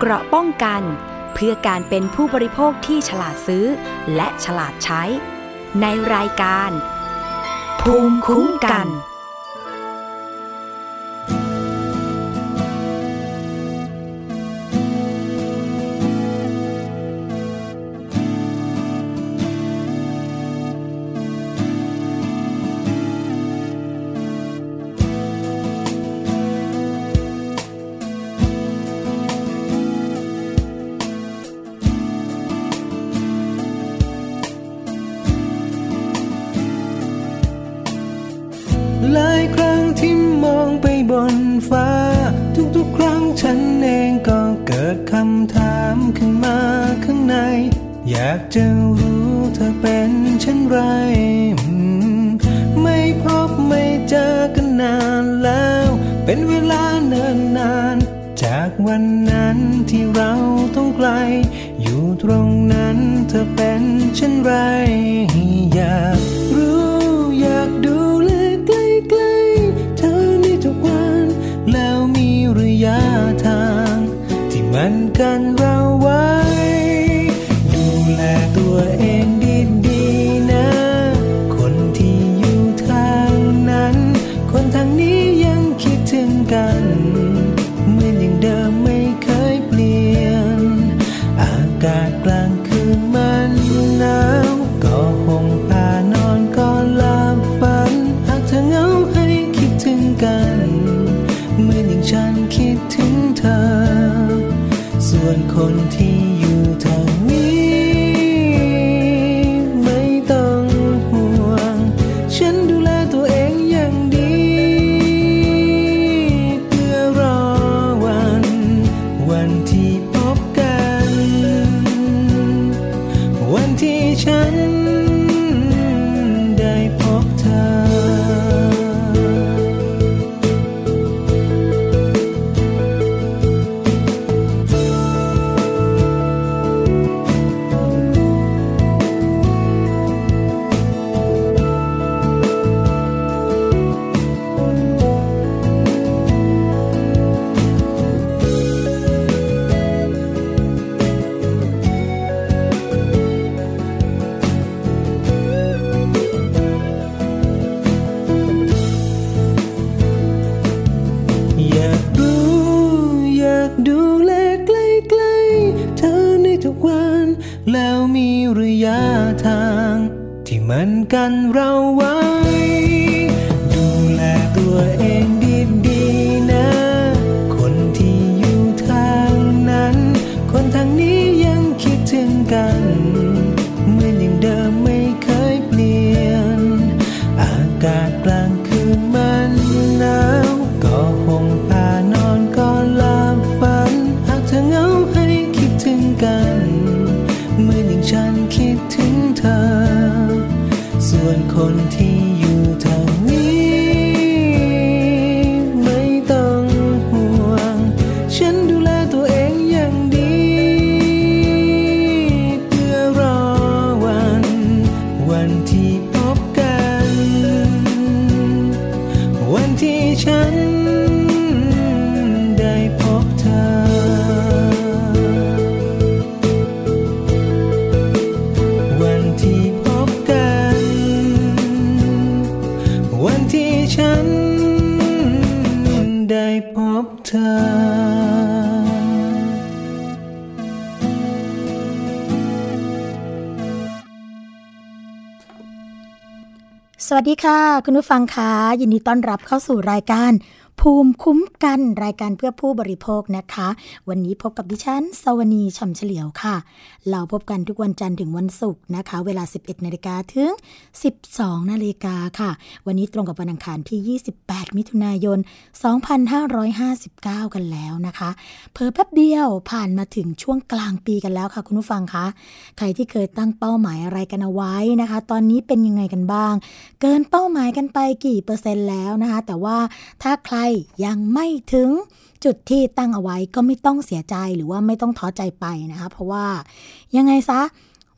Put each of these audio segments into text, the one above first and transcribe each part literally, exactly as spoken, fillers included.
เกราะป้องกันเพื่อการเป็นผู้บริโภคที่ฉลาดซื้อและฉลาดใช้ในรายการภูมิคุ้มกันหลายครั้งที่มองไปบนฟ้าทุกๆครั้งฉันเองก็เกิดคำถามขึ้นมาข้างในอยากจะรู้เธอเป็นเช่นไรไม่พบไม่เจอกันนานแล้วเป็นเวลาเนิ่นนานจากวันนั้นที่เราต้องไกลอยู่ตรงนั้นเธอเป็นเช่นไรอยากรู้อยากดูใกล้ๆเธอในทุกวันแล้วมีระยะทางที่มันกันเราไว้ดูแลตัวเองดีๆนะคนที่อยู่ทางนั้นคนทางนี้ยังคิดถึงกันเหมือนอย่างเดิมไม่เคยเปลี่ยนอากาศกลางคืนมันหนาวก็ห่มผ้านอนก็หลับฝันหากเธอเหงาให้คิดถึงกันเหมือนอย่างฉันคิดถึงเธอส่วนคนที่อยู่ทางนี้ไม่ต้องห่วงฉันดูแลตัวเองอย่างดีเพื่อรอวันวันที่พบกันวันที่ฉันได้พบเธอแล้วมีระยะทางที่มันกันเราไว้ดูแลตัวเองดีๆนะคนที่อยู่ทางนั้นคนทางนี้ยังคิดถึงกันเหมือนอย่างเดิมไม่เคยเปลี่ยนอากาศกลางคืนมันหนาวก็ห่มผ้านอนก็หลับฝันหากเธอเหงาให้คิดถึงกันเหมือนอย่างฉันคิดถึงเธอส่วนคนที่อยู่ทางนี้ไม่ต้องห่วงฉันดูแลตัวเองอย่างดีเพื่อรอวันวันที่พบกันวันที่ฉันได้พบเธอฉันได้พบเธอสวัสดีค่ะคุณผู้ฟังคะยินดีต้อนรับเข้าสู่รายการภูมิคุ้มกันรายการเพื่อผู้บริโภคนะคะวันนี้พบกับดิฉันสวนีฉ่ำเฉลียวค่ะเราพบกันทุกวันจันทร์ถึงวันศุกร์นะคะเวลา สิบเอ็ดนาฬิกา ถึง สิบสองนาฬิกาค่ะวันนี้ตรงกับวันอังคารที่ยี่สิบแปดมิถุนายนสองพันห้าร้อยห้าสิบเก้ากันแล้วนะคะเผลอแป๊บเดียวผ่านมาถึงช่วงกลางปีกันแล้วค่ะคุณผู้ฟังคะใครที่เคยตั้งเป้าหมายอะไรกันเอาไว้นะคะตอนนี้เป็นยังไงกันบ้างเกินเป้าหมายกันไปกี่เปอร์เซ็นต์แล้วนะคะแต่ว่าถ้าใครยังไม่ถึงจุดที่ตั้งเอาไว้ก็ไม่ต้องเสียใจหรือว่าไม่ต้องท้อใจไปนะคะเพราะว่ายังไงซะ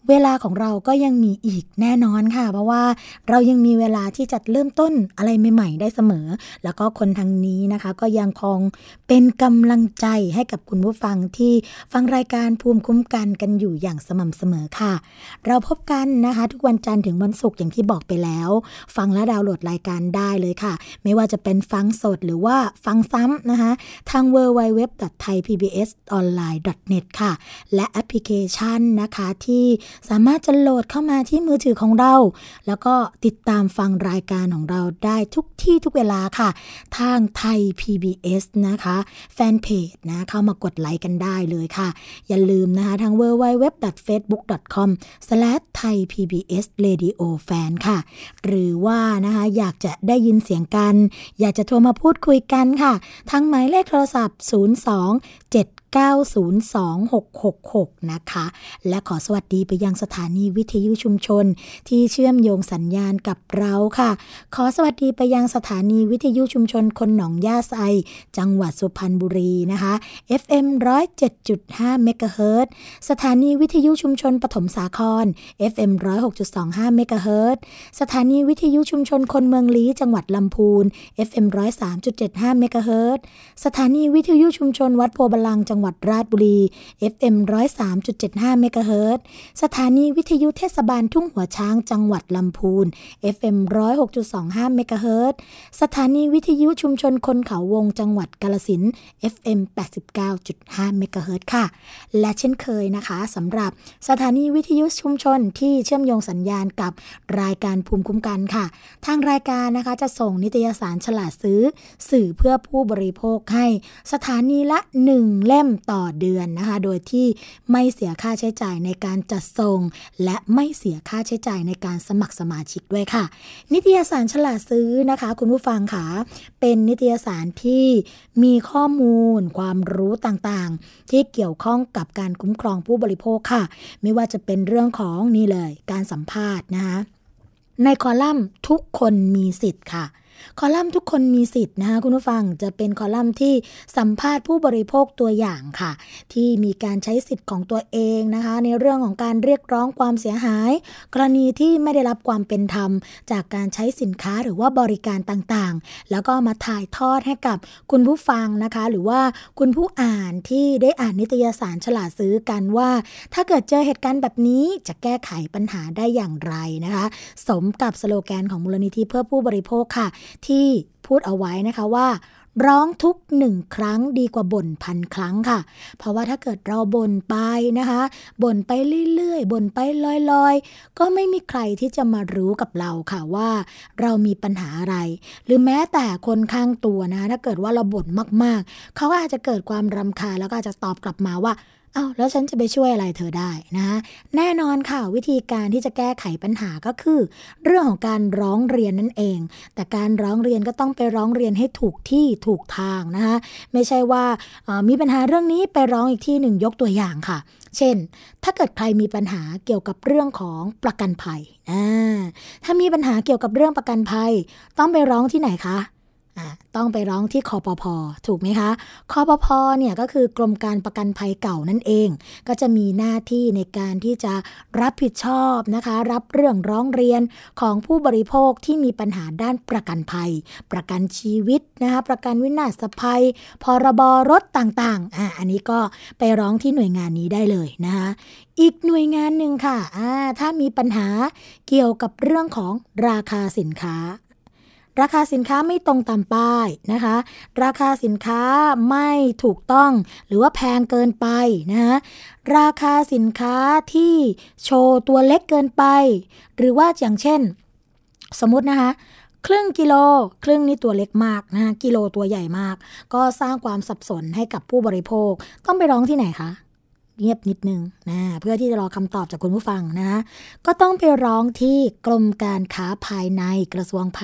เวลาของเราก็ยังมีอีกแน่นอนค่ะเพราะว่าเรายังมีเวลาที่จะเริ่มต้นอะไรใหม่ๆได้เสมอแล้วก็คนทางนี้นะคะก็ยังคงเป็นกำลังใจให้กับคุณผู้ฟังที่ฟังรายการภูมิคุ้มกันกันอยู่อย่างสม่ำเสมอค่ะเราพบกันนะคะทุกวันจันทร์ถึงวันศุกร์อย่างที่บอกไปแล้วฟังและดาวน์โหลดรายการได้เลยค่ะไม่ว่าจะเป็นฟังสดหรือว่าฟังซ้ำนะคะทาง ดับเบิลยู ดับเบิลยู ดับเบิลยู ดอท ไทย พี บี เอส ออนไลน์ ดอท เน็ต ค่ะและแอปพลิเคชันนะคะที่สามารถจะโหลดเข้ามาที่มือถือของเราแล้วก็ติดตามฟังรายการของเราได้ทุกที่ทุกเวลาค่ะทางไทย พี บี เอส นะคะแฟนเพจนะเข้ามากดไลค์กันได้เลยค่ะอย่าลืมนะคะทาง ดับเบิลยู ดับเบิลยู ดับเบิลยู ดอท เฟซบุ๊ก ดอท คอม สแลช ไทย พี บี เอส เรดิโอ แฟน ค่ะหรือว่านะคะอยากจะได้ยินเสียงกันอยากจะโทรมาพูดคุยกันค่ะทางหมายเลขโทรศัพท์ศูนย์ สอง เจ็ด เก้า ศูนย์ สอง หก หก หกนะคะและขอสวัสดีไปยังสถานีวิทยุชุมชนที่เชื่อมโยงสัญญาณกับเราค่ะขอสวัสดีไปยังสถานีวิทยุชุมชนคนหนองย่าไซจังหวัดสุพรรณบุรีนะคะ เอฟ เอ็ม หนึ่งศูนย์เจ็ดจุดห้า เมกะเฮิรตซ์สถานีวิทยุชุมชนปฐมสาคร เอฟ เอ็ม หนึ่งศูนย์หกจุดสองห้า เมกะเฮิรตซ์สถานีวิทยุชุมชนคนเมืองลี้จังหวัดลำพูน เอฟ เอ็ม หนึ่งศูนย์สามจุดเจ็ดห้า เมกะเฮิรตซ์สถานีวิทยุชุมชนวัดโพบลังจังหวัดราชบุรี เอฟ เอ็ม หนึ่งศูนย์สามจุดเจ็ดห้า เมกะเฮิรตซ์สถานีวิทยุเทศบาลทุ่งหัวช้างจังหวัดลำพูน เอฟ เอ็ม หนึ่งศูนย์หกจุดสองห้า เมกะเฮิรตซ์สถานีวิทยุชุมชนคนเขาวงจังหวัดกาฬสินธุ์ เอฟ เอ็ม แปดสิบเก้าจุดห้า เมกะเฮิรตซ์ค่ะและเช่นเคยนะคะสำหรับสถานีวิทยุชุมชนที่เชื่อมโยงสัญญาณกับรายการภูมิคุ้มกันค่ะทางรายการนะคะจะส่งนิตยสารฉลาดซื้อสื่อเพื่อผู้บริโภคให้สถานีละหนึ่งเล่มต่อเดือนนะคะโดยที่ไม่เสียค่าใช้จ่ายในการจัดส่งและไม่เสียค่าใช้จ่ายในการสมัครสมาชิกด้วยค่ะนิตยสารฉลาดซื้อนะคะคุณผู้ฟังค่ะเป็นนิตยสารที่มีข้อมูลความรู้ต่างๆที่เกี่ยวข้องกับการคุ้มครองผู้บริโภคค่ะไม่ว่าจะเป็นเรื่องของนี่เลยการสัมภาษณ์นะคะในคอลัมน์ทุกคนมีสิทธิ์ค่ะคอลัมน์ทุกคนมีสิทธิ์นะคะคุณผู้ฟังจะเป็นคอลัมน์ที่สัมภาษณ์ผู้บริโภคตัวอย่างค่ะที่มีการใช้สิทธิ์ของตัวเองนะคะในเรื่องของการเรียกร้องความเสียหายกรณีที่ไม่ได้รับความเป็นธรรมจากการใช้สินค้าหรือว่าบริการต่างๆแล้วก็มาถ่ายทอดให้กับคุณผู้ฟังนะคะหรือว่าคุณผู้อ่านที่ได้อ่านนิตยสารฉลาดซื้อกันว่าถ้าเกิดเจอเหตุการณ์แบบนี้จะแก้ไขปัญหาได้อย่างไรนะคะสมกับสโลแกนของมูลนิธิเพื่อผู้บริโภคค่ะที่พูดเอาไว้นะคะว่าร้องทุกหนึ่งครั้งดีกว่าบ่นพันครั้งค่ะเพราะว่าถ้าเกิดเราบ่นไปนะคะบ่นไปเรื่อยๆบ่นไปลอยๆก็ไม่มีใครที่จะมารู้กับเราค่ะว่าเรามีปัญหาอะไรหรือแม้แต่คนข้างตัวนะถ้าเกิดว่าเราบ่นมากๆเขาก็อาจจะเกิดความรำคาญแล้วก็อาจจะตอบกลับมาว่าอ้าวแล้วฉันจะไปช่วยอะไรเธอได้นะแน่นอนค่ะวิธีการที่จะแก้ไขปัญหาก็คือเรื่องของการร้องเรียนนั่นเองแต่การร้องเรียนก็ต้องไปร้องเรียนให้ถูกที่ถูกทางนะคะไม่ใช่ว่ามีปัญหาเรื่องนี้ไปร้องอีกที่หนึ่งยกตัวอย่างค่ะเช่นถ้าเกิดใครมีปัญหาเกี่ยวกับเรื่องของประกันภัยถ้ามีปัญหาเกี่ยวกับเรื่องประกันภัยต้องไปร้องที่ไหนคะต้องไปร้องที่คปภ.ถูกไหมคะคปภ.เนี่ยก็คือกรมการประกันภัยเก่านั่นเองก็จะมีหน้าที่ในการที่จะรับผิดชอบนะคะรับเรื่องร้องเรียนของผู้บริโภคที่มีปัญหาด้านประกันภัยประกันชีวิตนะคะประกันวินาศภัยพรบรถต่างๆอ่ะอันนี้ก็ไปร้องที่หน่วยงานนี้ได้เลยนะคะอีกหน่วยงานหนึ่งค่ะอ่าถ้ามีปัญหาเกี่ยวกับเรื่องของราคาสินค้าราคาสินค้าไม่ตรงตามป้ายนะคะราคาสินค้าไม่ถูกต้องหรือว่าแพงเกินไปนะคะราคาสินค้าที่โชว์ตัวเล็กเกินไปหรือว่าอย่างเช่นสมมุตินะคะครึ่งกิโลครึ่งนี่ตัวเล็กมากนะคะกิโลตัวใหญ่มากก็สร้างความสับสนให้กับผู้บริโภคต้องไปร้องที่ไหนคะเงียบนิดนึงนะเพื่อที่จะรอคำตอบจากคุณผู้ฟังนะก็ต้องไปร้องที่กรมการค้าภายในกระทรวงพาณิชย์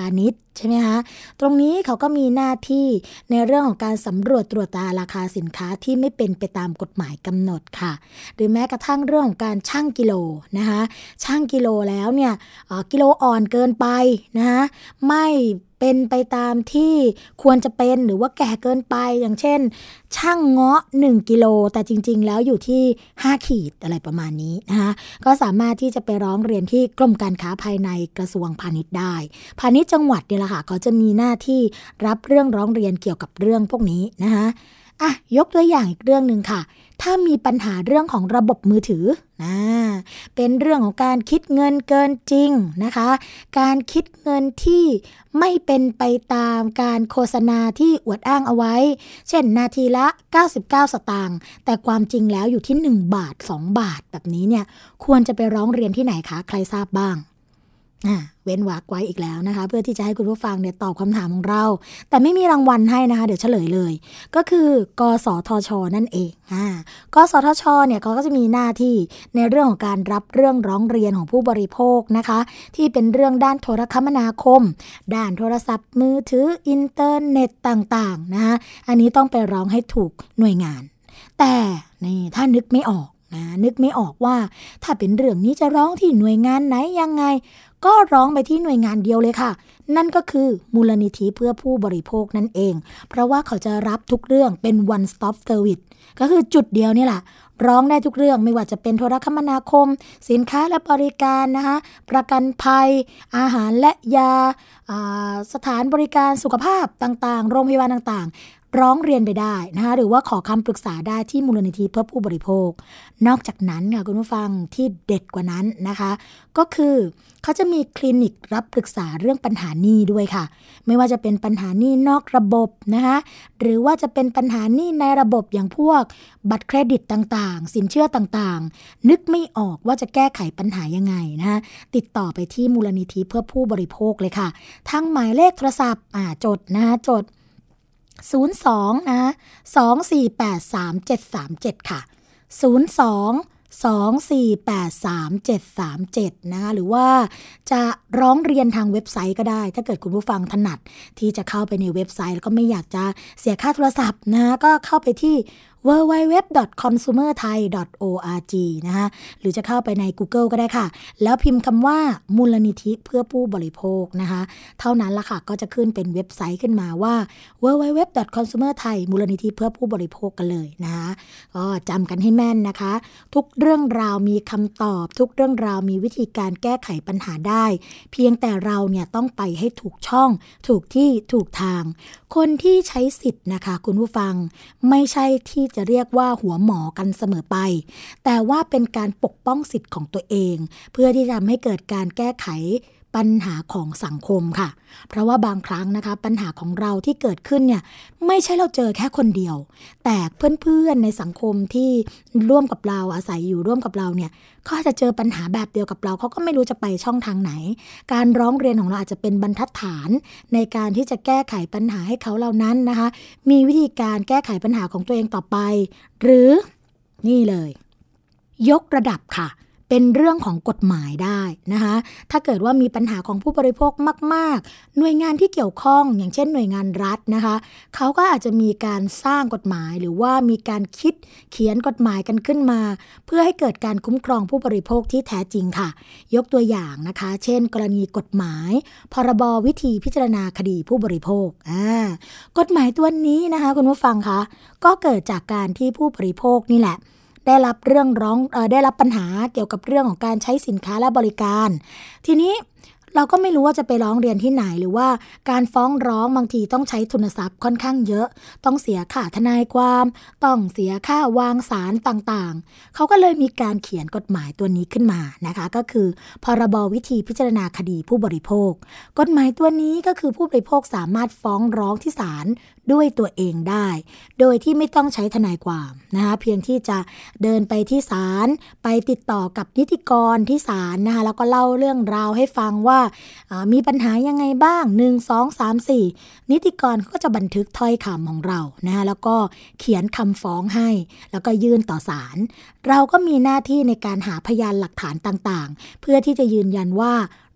ใช่ไหมคะตรงนี้เขาก็มีหน้าที่ในเรื่องของการสำรวจตรวจตราราคาสินค้าที่ไม่เป็นไปตามกฎหมายกำหนดค่ะหรือแม้กระทั่งเรื่องของการชั่งกิโลนะคะชั่งกิโลแล้วเนี่ยกิโลอ่อนเกินไปนะคะไม่เป็นไปตามที่ควรจะเป็นหรือว่าแก่เกินไปอย่างเช่นช่างเงาะหนึ่งกิโลแต่จริงๆแล้วอยู่ที่ห้าขีดอะไรประมาณนี้นะคะก็สามารถที่จะไปร้องเรียนที่กรมการค้าภายในกระทรวงพาณิชย์ได้พาณิชย์จังหวัดเนี่ยแหละค่ะเขาจะมีหน้าที่รับเรื่องร้องเรียนเกี่ยวกับเรื่องพวกนี้นะคะอ่ะยกตัวอย่างอีกเรื่องนึงค่ะถ้ามีปัญหาเรื่องของระบบมือถือนะเป็นเรื่องของการคิดเงินเกินจริงนะคะการคิดเงินที่ไม่เป็นไปตามการโฆษณาที่อวดอ้างเอาไว้เช่นนาทีละเก้าสิบเก้าสตางค์แต่ความจริงแล้วอยู่ที่หนึ่งบาทสองบาทแบบนี้เนี่ยควรจะไปร้องเรียนที่ไหนคะใครทราบบ้างอ่าเว้นวรรคไว้อีกแล้วนะคะเพื่อที่จะให้คุณผู้ฟังเนี่ยตอบคำถามของเราแต่ไม่มีรางวัลให้นะคะเดี๋ยวเฉลยเลยก็คือกสทช.นั่นเองอ่ากสทช.เนี่ยเขาก็จะมีหน้าที่ในเรื่องของการรับเรื่องร้องเรียนของผู้บริโภคนะคะที่เป็นเรื่องด้านโทรคมนาคมด้านโทรศัพท์มือถืออินเทอร์เน็ตต่างๆนะคะอันนี้ต้องไปร้องให้ถูกหน่วยงานแต่นี่ถ้านึกไม่ออกนะนึกไม่ออกว่าถ้าเป็นเรื่องนี้จะร้องที่หน่วยงานไหนยังไงก็ร้องไปที่หน่วยงานเดียวเลยค่ะนั่นก็คือมูลนิธิเพื่อผู้บริโภคนั่นเองเพราะว่าเขาจะรับทุกเรื่องเป็น one stop service ก็คือจุดเดียวนี่แหละร้องได้ทุกเรื่องไม่ว่าจะเป็นโทรคมนาคมสินค้าและบริการนะคะประกันภัยอาหารและยาสถานบริการสุขภาพต่างๆโรงพยาบาลต่างๆร้องเรียนไปได้นะคะหรือว่าขอคำปรึกษาได้ที่มูลนิธิเพื่อผู้บริโภคนอกจากนั้นค่ะคุณผู้ฟังที่เด็ดกว่านั้นนะคะก็คือเขาจะมีคลินิกรับปรึกษาเรื่องปัญหาหนี้ด้วยค่ะไม่ว่าจะเป็นปัญหาหนี้นอกระบบนะคะหรือว่าจะเป็นปัญหาหนี้ในระบบอย่างพวกบัตรเครดิตต่างๆสินเชื่อต่างๆนึกไม่ออกว่าจะแก้ไขปัญหายังไงนะคะติดต่อไปที่มูลนิธิเพื่อผู้บริโภคเลยค่ะทางหมายเลขโทรศัพท์อ่าจดนะคะจดศูนย์ สอง นะ สอง สี่ แปด สาม เจ็ด สาม เจ็ดค่ะศูนย์ สอง สอง สี่ แปด สาม เจ็ด สาม เจ็ดนะคะหรือว่าจะร้องเรียนทางเว็บไซต์ก็ได้ถ้าเกิดคุณผู้ฟังถนัดที่จะเข้าไปในเว็บไซต์แล้วก็ไม่อยากจะเสียค่าโทรศัพท์นะก็เข้าไปที่ ดับเบิลยู ดับเบิลยู ดับเบิลยู ดอท คอน ซูเมอร์ ไทย ดอท โอ อาร์ จี นะคะหรือจะเข้าไปใน Google ก็ได้ค่ะแล้วพิมพ์คำว่ามูลนิธิเพื่อผู้บริโภคนะคะเท่านั้นละค่ะก็จะขึ้นเป็นเว็บไซต์ขึ้นมาว่า ดับเบิลยู ดับเบิลยู ดับเบิลยู ดอท คอน ซูเมอร์ ไทย มูลนิธิเพื่อผู้บริโภคกันเลยนะคะก็จำกันให้แม่นนะคะทุกเรื่องราวมีคำตอบทุกเรื่องราวมีวิธีการแก้ไขปัญหาได้เพียงแต่เราเนี่ยต้องไปให้ถูกช่องถูกที่ถูกทางคนที่ใช้สิทธิ์นะคะคุณผู้ฟังไม่ใช่ที่จะเรียกว่าหัวหมอกันเสมอไปแต่ว่าเป็นการปกป้องสิทธิ์ของตัวเองเพื่อที่จะทำให้เกิดการแก้ไขปัญหาของสังคมค่ะเพราะว่าบางครั้งนะคะปัญหาของเราที่เกิดขึ้นเนี่ยไม่ใช่เราเจอแค่คนเดียวแต่เพื่อนๆในสังคมที่ร่วมกับเราอาศัยอยู่ร่วมกับเราเนี่ยเขาอาจจะเจอปัญหาแบบเดียวกับเราเขาก็ไม่รู้จะไปช่องทางไหนการร้องเรียนของเราอาจจะเป็นบรรทัดฐานในการที่จะแก้ไขปัญหาให้เขาเหล่านั้นนะคะมีวิธีการแก้ไขปัญหาของตัวเองต่อไปหรือนี่เลยยกระดับค่ะเป็นเรื่องของกฎหมายได้นะคะถ้าเกิดว่ามีปัญหาของผู้บริโภคมากๆหน่วยงานที่เกี่ยวข้องอย่างเช่นหน่วยงานรัฐนะคะเขาก็อาจจะมีการสร้างกฎหมายหรือว่ามีการคิดเขียนกฎหมายกันขึ้นมาเพื่อให้เกิดการคุ้มครองผู้บริโภคที่แท้จริงค่ะยกตัวอย่างนะคะเช่นกรณีกฎหมายพรบวิธีพิจารณาคดีผู้บริโภคอ่ากฎหมายตัวนี้นะคะคุณผู้ฟังคะก็เกิดจากการที่ผู้บริโภคนี่แหละได้รับเรื่องร้องเอ่อได้รับปัญหาเกี่ยวกับเรื่องของการใช้สินค้าและบริการทีนี้เราก็ไม่รู้ว่าจะไปร้องเรียนที่ไหนหรือว่าการฟ้องร้องบางทีต้องใช้ทุนทรัพย์ค่อนข้างเยอะต้องเสียค่าทนายความต้องเสียค่าวางศาลต่างๆเขาก็เลยมีการเขียนกฎหมายตัวนี้ขึ้นมานะคะก็คือพรบวิธีพิจารณาคดีผู้บริโภคกฎหมายตัวนี้ก็คือผู้บริโภคสามารถฟ้องร้องที่ศาลด้วยตัวเองได้โดยที่ไม่ต้องใช้ทนายความนะคะเพียงที่จะเดินไปที่ศาลไปติดต่อกับนิติกรที่ศาลนะคะแล้วก็เล่าเรื่องราวให้ฟังว่ามีปัญหายังไงบ้างหนึ่ง สอง สาม สี่นิติกรก็จะบันทึกถ้อยคำของเรานะคะแล้วก็เขียนคำฟ้องให้แล้วก็ยื่นต่อศาลเราก็มีหน้าที่ในการหาพยานหลักฐานต่างๆเพื่อที่จะยืนยันว่า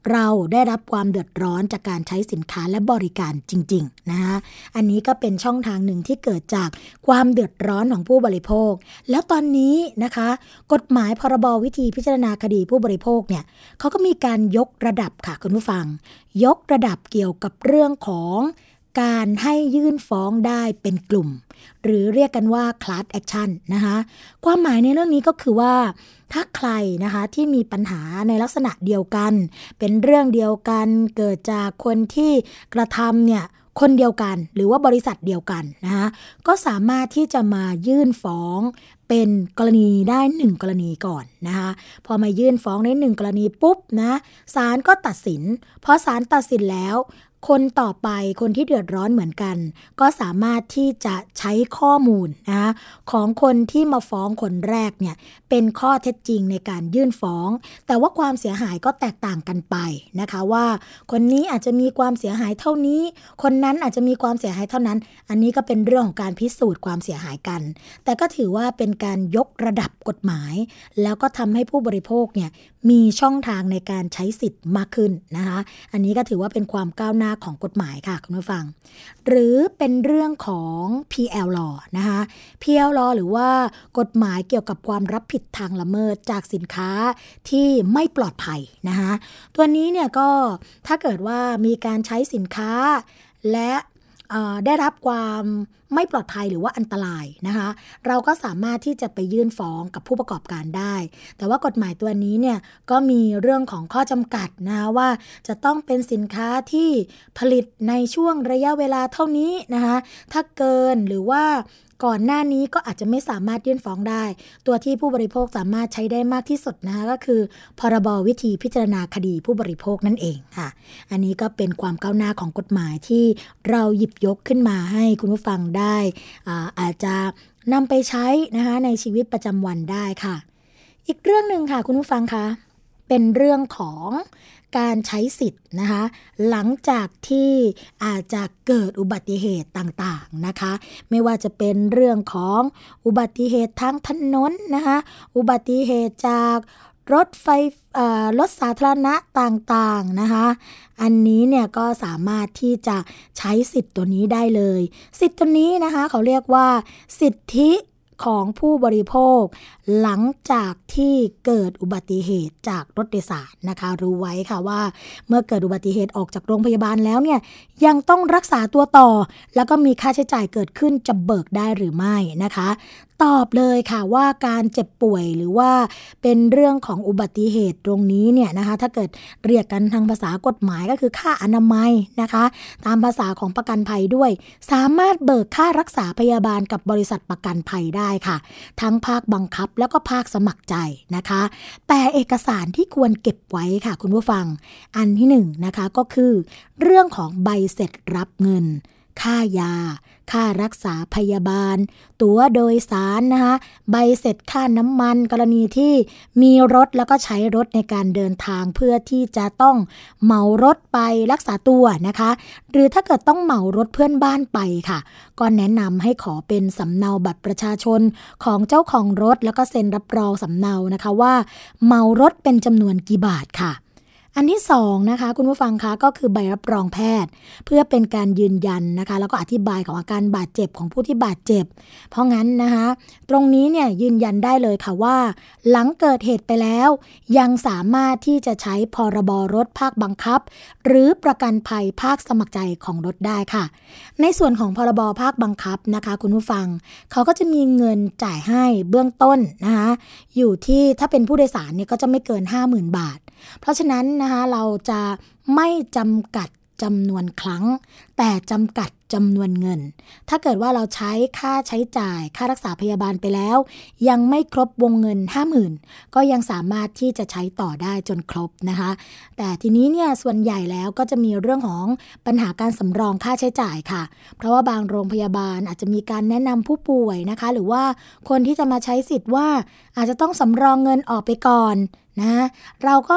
เราได้รับความเดือดร้อนจากการใช้สินค้าและบริการจริงๆนะคะอันนี้ก็เป็นช่องทางหนึ่งที่เกิดจากความเดือดร้อนของผู้บริโภคแล้วตอนนี้นะคะกฎหมายพรบวิธีพิจารณาคดีผู้บริโภคเนี่ยเขาก็มีการยกระดับค่ะคุณผู้ฟังยกระดับเกี่ยวกับเรื่องของการให้ยื่นฟ้องได้เป็นกลุ่มหรือเรียกกันว่า class action นะคะความหมายในเรื่องนี้ก็คือว่าถ้าใครนะคะที่มีปัญหาในลักษณะเดียวกันเป็นเรื่องเดียวกันเกิดจากคนที่กระทำเนี่ยคนเดียวกันหรือว่าบริษัทเดียวกันนะคะก็สามารถที่จะมายื่นฟ้องเป็นกรณีได้หนึ่งกรณีก่อนนะคะพอมายื่นฟ้องในหนึ่งกรณีปุ๊บนะศาลก็ตัดสินพอศาลตัดสินแล้วคนต่อไปคนที่เดือดร้อนเหมือนกันก็สามารถที่จะใช้ข้อมูลนะของคนที่มาฟ้องคนแรกเนี่ยเป็นข้อเท็จจริงในการยื่นฟ้องแต่ว่าความเสียหายก็แตกต่างกันไปนะคะว่าคนนี้อาจจะมีความเสียหายเท่านี้คนนั้นอาจจะมีความเสียหายเท่านั้นอันนี้ก็เป็นเรื่องของการพิสูจน์ความเสียหายกันแต่ก็ถือว่าเป็นการยกระดับกฎหมายแล้วก็ทำให้ผู้บริโภคเนี่ยมีช่องทางในการใช้สิทธิ์มากขึ้นนะคะอันนี้ก็ถือว่าเป็นความก้าวหน้าของกฎหมายค่ะคุณผู้ฟังหรือเป็นเรื่องของ พี แอล Law นะคะ พี แอล Law หรือว่ากฎหมายเกี่ยวกับความรับผิดทางละเมิดจากสินค้าที่ไม่ปลอดภัยนะคะตัวนี้เนี่ยก็ถ้าเกิดว่ามีการใช้สินค้าและได้รับความไม่ปลอดภัยหรือว่าอันตรายนะคะเราก็สามารถที่จะไปยื่นฟ้องกับผู้ประกอบการได้แต่ว่ากฎหมายตัวนี้เนี่ยก็มีเรื่องของข้อจำกัดนะคะว่าจะต้องเป็นสินค้าที่ผลิตในช่วงระยะเวลาเท่านี้นะคะถ้าเกินหรือว่าก่อนหน้านี้ก็อาจจะไม่สามารถยื่นฟ้องได้ตัวที่ผู้บริโภคสามารถใช้ได้มากที่สุดนะคะก็คือพรบวิธีพิจารณาคดีผู้บริโภคนั่นเองค่ะอันนี้ก็เป็นความก้าวหน้าของกฎหมายที่เราหยิบยกขึ้นมาให้คุณผู้ฟังได้อาอาจจะนำไปใช้นะคะในชีวิตประจำวันได้ค่ะอีกเรื่องหนึ่งค่ะคุณผู้ฟังคะเป็นเรื่องของการใช้สิทธิ์นะคะหลังจากที่อาจจะเกิดอุบัติเหตุต่างๆนะคะไม่ว่าจะเป็นเรื่องของอุบัติเหตุทางถนนนะคะอุบัติเหตุจากรถไฟรถสาธารณะต่างๆนะคะอันนี้เนี่ยก็สามารถที่จะใช้สิทธิ์ตัวนี้ได้เลยสิทธิ์ตัวนี้นะคะเขาเรียกว่าสิทธิของผู้บริโภคหลังจากที่เกิดอุบัติเหตุจากรถโดยสารนะคะรู้ไว้ค่ะว่าเมื่อเกิดอุบัติเหตุออกจากโรงพยาบาลแล้วเนี่ยยังต้องรักษาตัวต่อแล้วก็มีค่าใช้จ่ายเกิดขึ้นจะเบิกได้หรือไม่นะคะตอบเลยค่ะว่าการเจ็บป่วยหรือว่าเป็นเรื่องของอุบัติเหตุตรงนี้เนี่ยนะคะถ้าเกิดเรียกกันทางภาษากฎหมายก็คือค่าอนามัยนะคะตามภาษาของประกันภัยด้วยสามารถเบิกค่ารักษาพยาบาลกับบริษัทประกันภัยได้ค่ะทั้งภาคบังคับแล้วก็ภาคสมัครใจนะคะแต่เอกสารที่ควรเก็บไว้ค่ะคุณผู้ฟังอันที่หนึ่งนะคะก็คือเรื่องของใบเสร็จรับเงินค่ายาค่ารักษาพยาบาลตั๋วโดยสารนะคะใบเสร็จค่าน้ำมันกรณีที่มีรถแล้วก็ใช้รถในการเดินทางเพื่อที่จะต้องเหมารถไปรักษาตัวนะคะหรือถ้าเกิดต้องเหมารถเพื่อนบ้านไปค่ะก็แนะนำให้ขอเป็นสำเนาบัตรประชาชนของเจ้าของรถแล้วก็เซ็นรับรองสำเนานะคะว่าเหมารถเป็นจำนวนกี่บาทค่ะอันที่สองนะคะคุณผู้ฟังคะก็คือใบรับรองแพทย์เพื่อเป็นการยืนยันนะคะแล้วก็อธิบายของอาการบาดเจ็บของผู้ที่บาดเจ็บเพราะงั้นนะคะตรงนี้เนี่ยยืนยันได้เลยค่ะว่าหลังเกิดเหตุไปแล้วยังสามารถที่จะใช้พรบรถภาคบังคับหรือประกันภัยภาคสมัครใจของรถได้ค่ะในส่วนของพรบภาคบังคับนะคะคุณผู้ฟังเขาก็จะมีเงินจ่ายให้เบื้องต้นนะคะอยู่ที่ถ้าเป็นผู้โดยสารเนี่ยก็จะไม่เกิน ห้าหมื่น บาทเพราะฉะนั้นนะคะเราจะไม่จำกัดจำนวนครั้งแต่จำกัดจำนวนเงินถ้าเกิดว่าเราใช้ค่าใช้จ่ายค่ารักษาพยาบาลไปแล้วยังไม่ครบวงเงิน ห้าหมื่น ก็ยังสามารถที่จะใช้ต่อได้จนครบนะคะแต่ทีนี้เนี่ยส่วนใหญ่แล้วก็จะมีเรื่องของปัญหาการสำรองค่าใช้จ่ายค่ะเพราะว่าบางโรงพยาบาลอาจจะมีการแนะนำผู้ป่วยนะคะหรือว่าคนที่จะมาใช้สิทธิ์ว่าอาจจะต้องสำรองเงินออกไปก่อนนะเราก็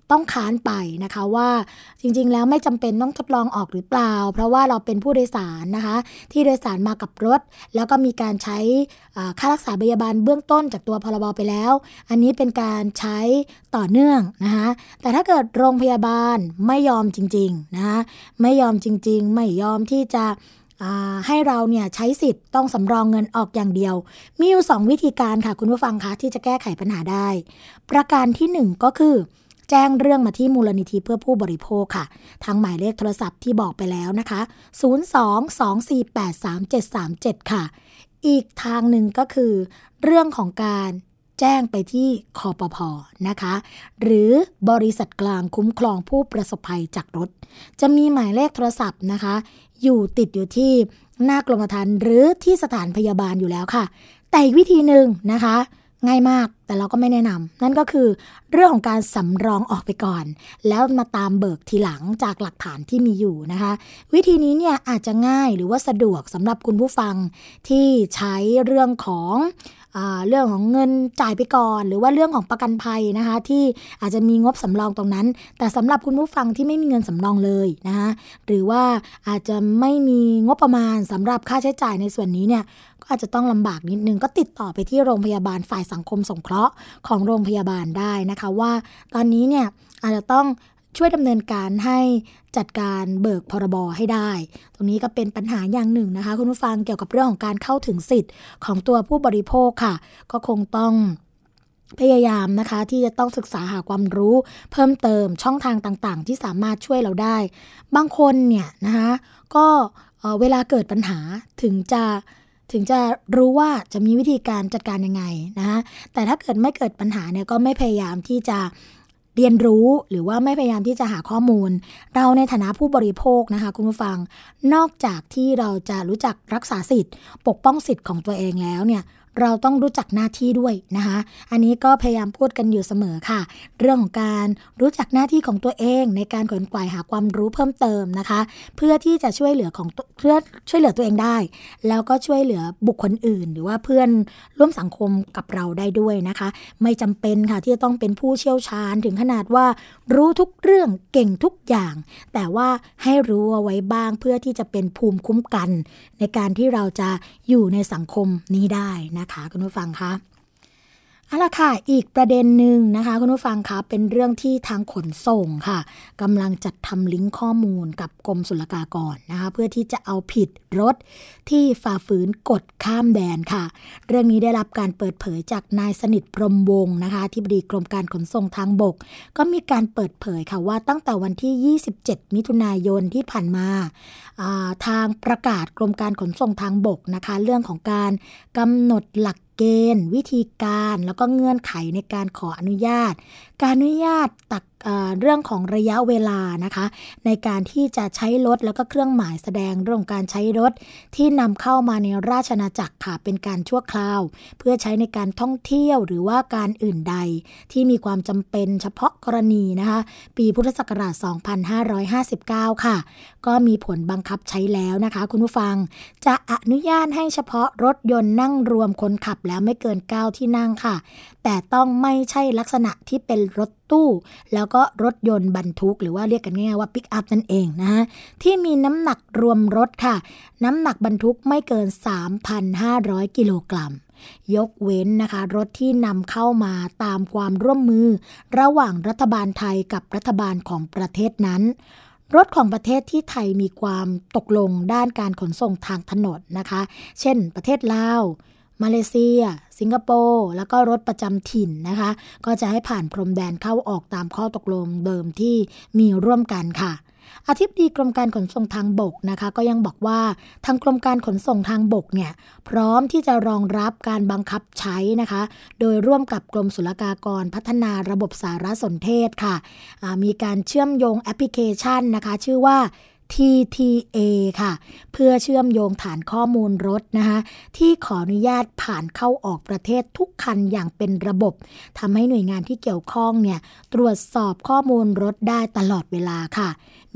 ต้องค้านไปนะคะว่าจริงๆแล้วไม่จำเป็นต้องทดลองออกหรือเปล่าเพราะว่าเราเป็นผู้โดยสารนะคะที่โดยสารมากับรถแล้วก็มีการใช้ค่ารักษาพยาบาลเบื้องต้นจากตัวพรบไปแล้วอันนี้เป็นการใช้ต่อเนื่องนะคะแต่ถ้าเกิดโรงพยาบาลไม่ยอมจริงๆนะคะไม่ยอมจริงๆไม่ยอมที่จะให้เราเนี่ยใช้สิทธิ์ต้องสำรองเงินออกอย่างเดียวมีอยู่สองวิธีการค่ะคุณผู้ฟังคะที่จะแก้ไขปัญหาได้ประการที่หนึ่งก็คือแจ้งเรื่องมาที่มูลนิธิเพื่อผู้บริโภคค่ะทางหมายเลขโทรศัพท์ที่บอกไปแล้วนะคะศูนย์ สอง สอง สี่ แปด สาม เจ็ด สาม เจ็ดค่ะอีกทางหนึ่งก็คือเรื่องของการแจ้งไปที่คปภ.นะคะหรือบริษัทกลางคุ้มครองผู้ประสบภัยจากรถจะมีหมายเลขโทรศัพท์นะคะอยู่ติดอยู่ที่หน้ากรมธรรม์หรือที่สถานพยาบาลอยู่แล้วค่ะแต่อีกวิธีหนึ่งนะคะง่ายมากแต่เราก็ไม่แนะนำนั่นก็คือเรื่องของการสำรองออกไปก่อนแล้วมาตามเบิกทีหลังจากหลักฐานที่มีอยู่นะคะวิธีนี้เนี่ยอาจจะง่ายหรือว่าสะดวกสำหรับคุณผู้ฟังที่ใช้เรื่องของเรื่องของเงินจ่ายไปก่อนหรือว่าเรื่องของประกันภัยนะคะที่อาจจะมีงบสำรองตรงนั้นแต่สำหรับคุณผู้ฟังที่ไม่มีเงินสำรองเลยนะคะหรือว่าอาจจะไม่มีงบประมาณสำหรับค่าใช้จ่ายในส่วนนี้เนี่ยก็อาจจะต้องลำบากนิดนึงก็ติดต่อไปที่โรงพยาบาลฝ่ายสังคมสงเคราะห์ของโรงพยาบาลได้นะคะว่าตอนนี้เนี่ยอาจจะต้องช่วยดำเนินการให้จัดการเบิกพรบให้ได้ตรงนี้ก็เป็นปัญหาอย่างหนึ่งนะคะคุณผู้ฟังเกี่ยวกับเรื่องของการเข้าถึงสิทธิ์ของตัวผู้บริโภคค่ะก็คงต้องพยายามนะคะที่จะต้องศึกษาหาความรู้เพิ่มเติมช่องทางต่างๆที่สามารถช่วยเราได้บางคนเนี่ยนะคะก็เอ่อเวลาเกิดปัญหาถึงจะถึงจะรู้ว่าจะมีวิธีการจัดการยังไงนะคะแต่ถ้าเกิดไม่เกิดปัญหาเนี่ยก็ไม่พยายามที่จะเรียนรู้หรือว่าไม่พยายามที่จะหาข้อมูลเราในฐานะผู้บริโภคนะคะคุณผู้ฟังนอกจากที่เราจะรู้จักรักษาสิทธิ์ปกป้องสิทธิ์ของตัวเองแล้วเนี่ยเราต้องรู้จักหน้าที่ด้วยนะคะอันนี้ก็พยายามพูดกันอยู่เสมอค่ะเรื่องของการรู้จักหน้าที่ของตัวเองในการขวนขวายหาความรู้เพิ่มเติมนะคะเพื่อที่จะช่วยเหลือของเพื่อช่วยเหลือตัวเองได้แล้วก็ช่วยเหลือบุคคลอื่นหรือว่าเพื่อนร่วมสังคมกับเราได้ด้วยนะคะไม่จำเป็นค่ะที่จะต้องเป็นผู้เชี่ยวชาญถึงขนาดว่ารู้ทุกเรื่องเก่งทุกอย่างแต่ว่าให้รู้เอาไว้บ้างเพื่อที่จะเป็นภูมิคุ้มกันในการที่เราจะอยู่ในสังคมนี้ได้นะคะคุณผู้ฟังคะเอาล่ะค่ะอีกประเด็นหนึ่งนะคะคุณผู้ฟังคะเป็นเรื่องที่ทางขนส่งค่ะกำลังจัดทำลิงก์ข้อมูลกับกรมศุลกากรนะคะเพื่อที่จะเอาผิดรถที่ฝ่าฝืนกฎข้ามแดนค่ะเรื่องนี้ได้รับการเปิดเผยจากนายสนิทพรหมวงศ์นะคะที่บดีกรมการขนส่งทางบกก็มีการเปิดเผยค่ะว่าตั้งแต่วันที่ยี่สิบเจ็ดมิถุนายนที่ผ่านมาทางประกาศกรมการขนส่งทางบกนะคะเรื่องของการกำหนดหลักเกณฑ์วิธีการแล้วก็เงื่อนไขในการขออนุญาตการอนุญาตตักเอ่อเรื่องของระยะเวลานะคะในการที่จะใช้รถแล้วก็เครื่องหมายแสดงเรื่องการใช้รถที่นำเข้ามาในราชอาณาจักรค่ะเป็นการชั่วคราวเพื่อใช้ในการท่องเที่ยวหรือว่าการอื่นใดที่มีความจำเป็นเฉพาะกรณีนะคะปีพุทธศักราชสองพันห้าร้อยห้าสิบเก้าค่ะก็มีผลบังคับใช้แล้วนะคะคุณผู้ฟังจะอนุญาตให้เฉพาะรถยนต์นั่งรวมคนขับแล้วไม่เกินเก้าที่นั่งค่ะแต่ต้องไม่ใช่ลักษณะที่เป็นรถตู้แล้วก็รถยนต์บรรทุกหรือว่าเรียกกันง่ายๆว่าปิกอัพนั่นเองนะที่มีน้ำหนักรวมรถค่ะน้ำหนักบรรทุกไม่เกิน สามพันห้าร้อย กิโลกรัมยกเว้นนะคะรถที่นำเข้ามาตามความร่วมมือระหว่างรัฐบาลไทยกับรัฐบาลของประเทศนั้นรถของประเทศที่ไทยมีความตกลงด้านการขนส่งทางถนนนะคะเช่นประเทศลาวมาเลเซียสิงคโปร์แล้วก็รถประจำถิ่นนะคะก็จะให้ผ่านพรมแดนเข้าออกตามข้อตกลงเดิมที่มีร่วมกันค่ะอธิบดีกรมการขนส่งทางบกนะคะก็ยังบอกว่าทางกรมการขนส่งทางบกเนี่ยพร้อมที่จะรองรับการบังคับใช้นะคะโดยร่วมกับกรมศุลกากรพัฒนาระบบสารสนเทศค่ะมีการเชื่อมโยงแอปพลิเคชันนะคะชื่อว่าที ที เอ ค่ะเพื่อเชื่อมโยงฐานข้อมูลรถนะคะที่ขออนุญาตผ่านเข้าออกประเทศทุกคันอย่างเป็นระบบทำให้หน่วยงานที่เกี่ยวข้องเนี่ยตรวจสอบข้อมูลรถได้ตลอดเวลาค่ะ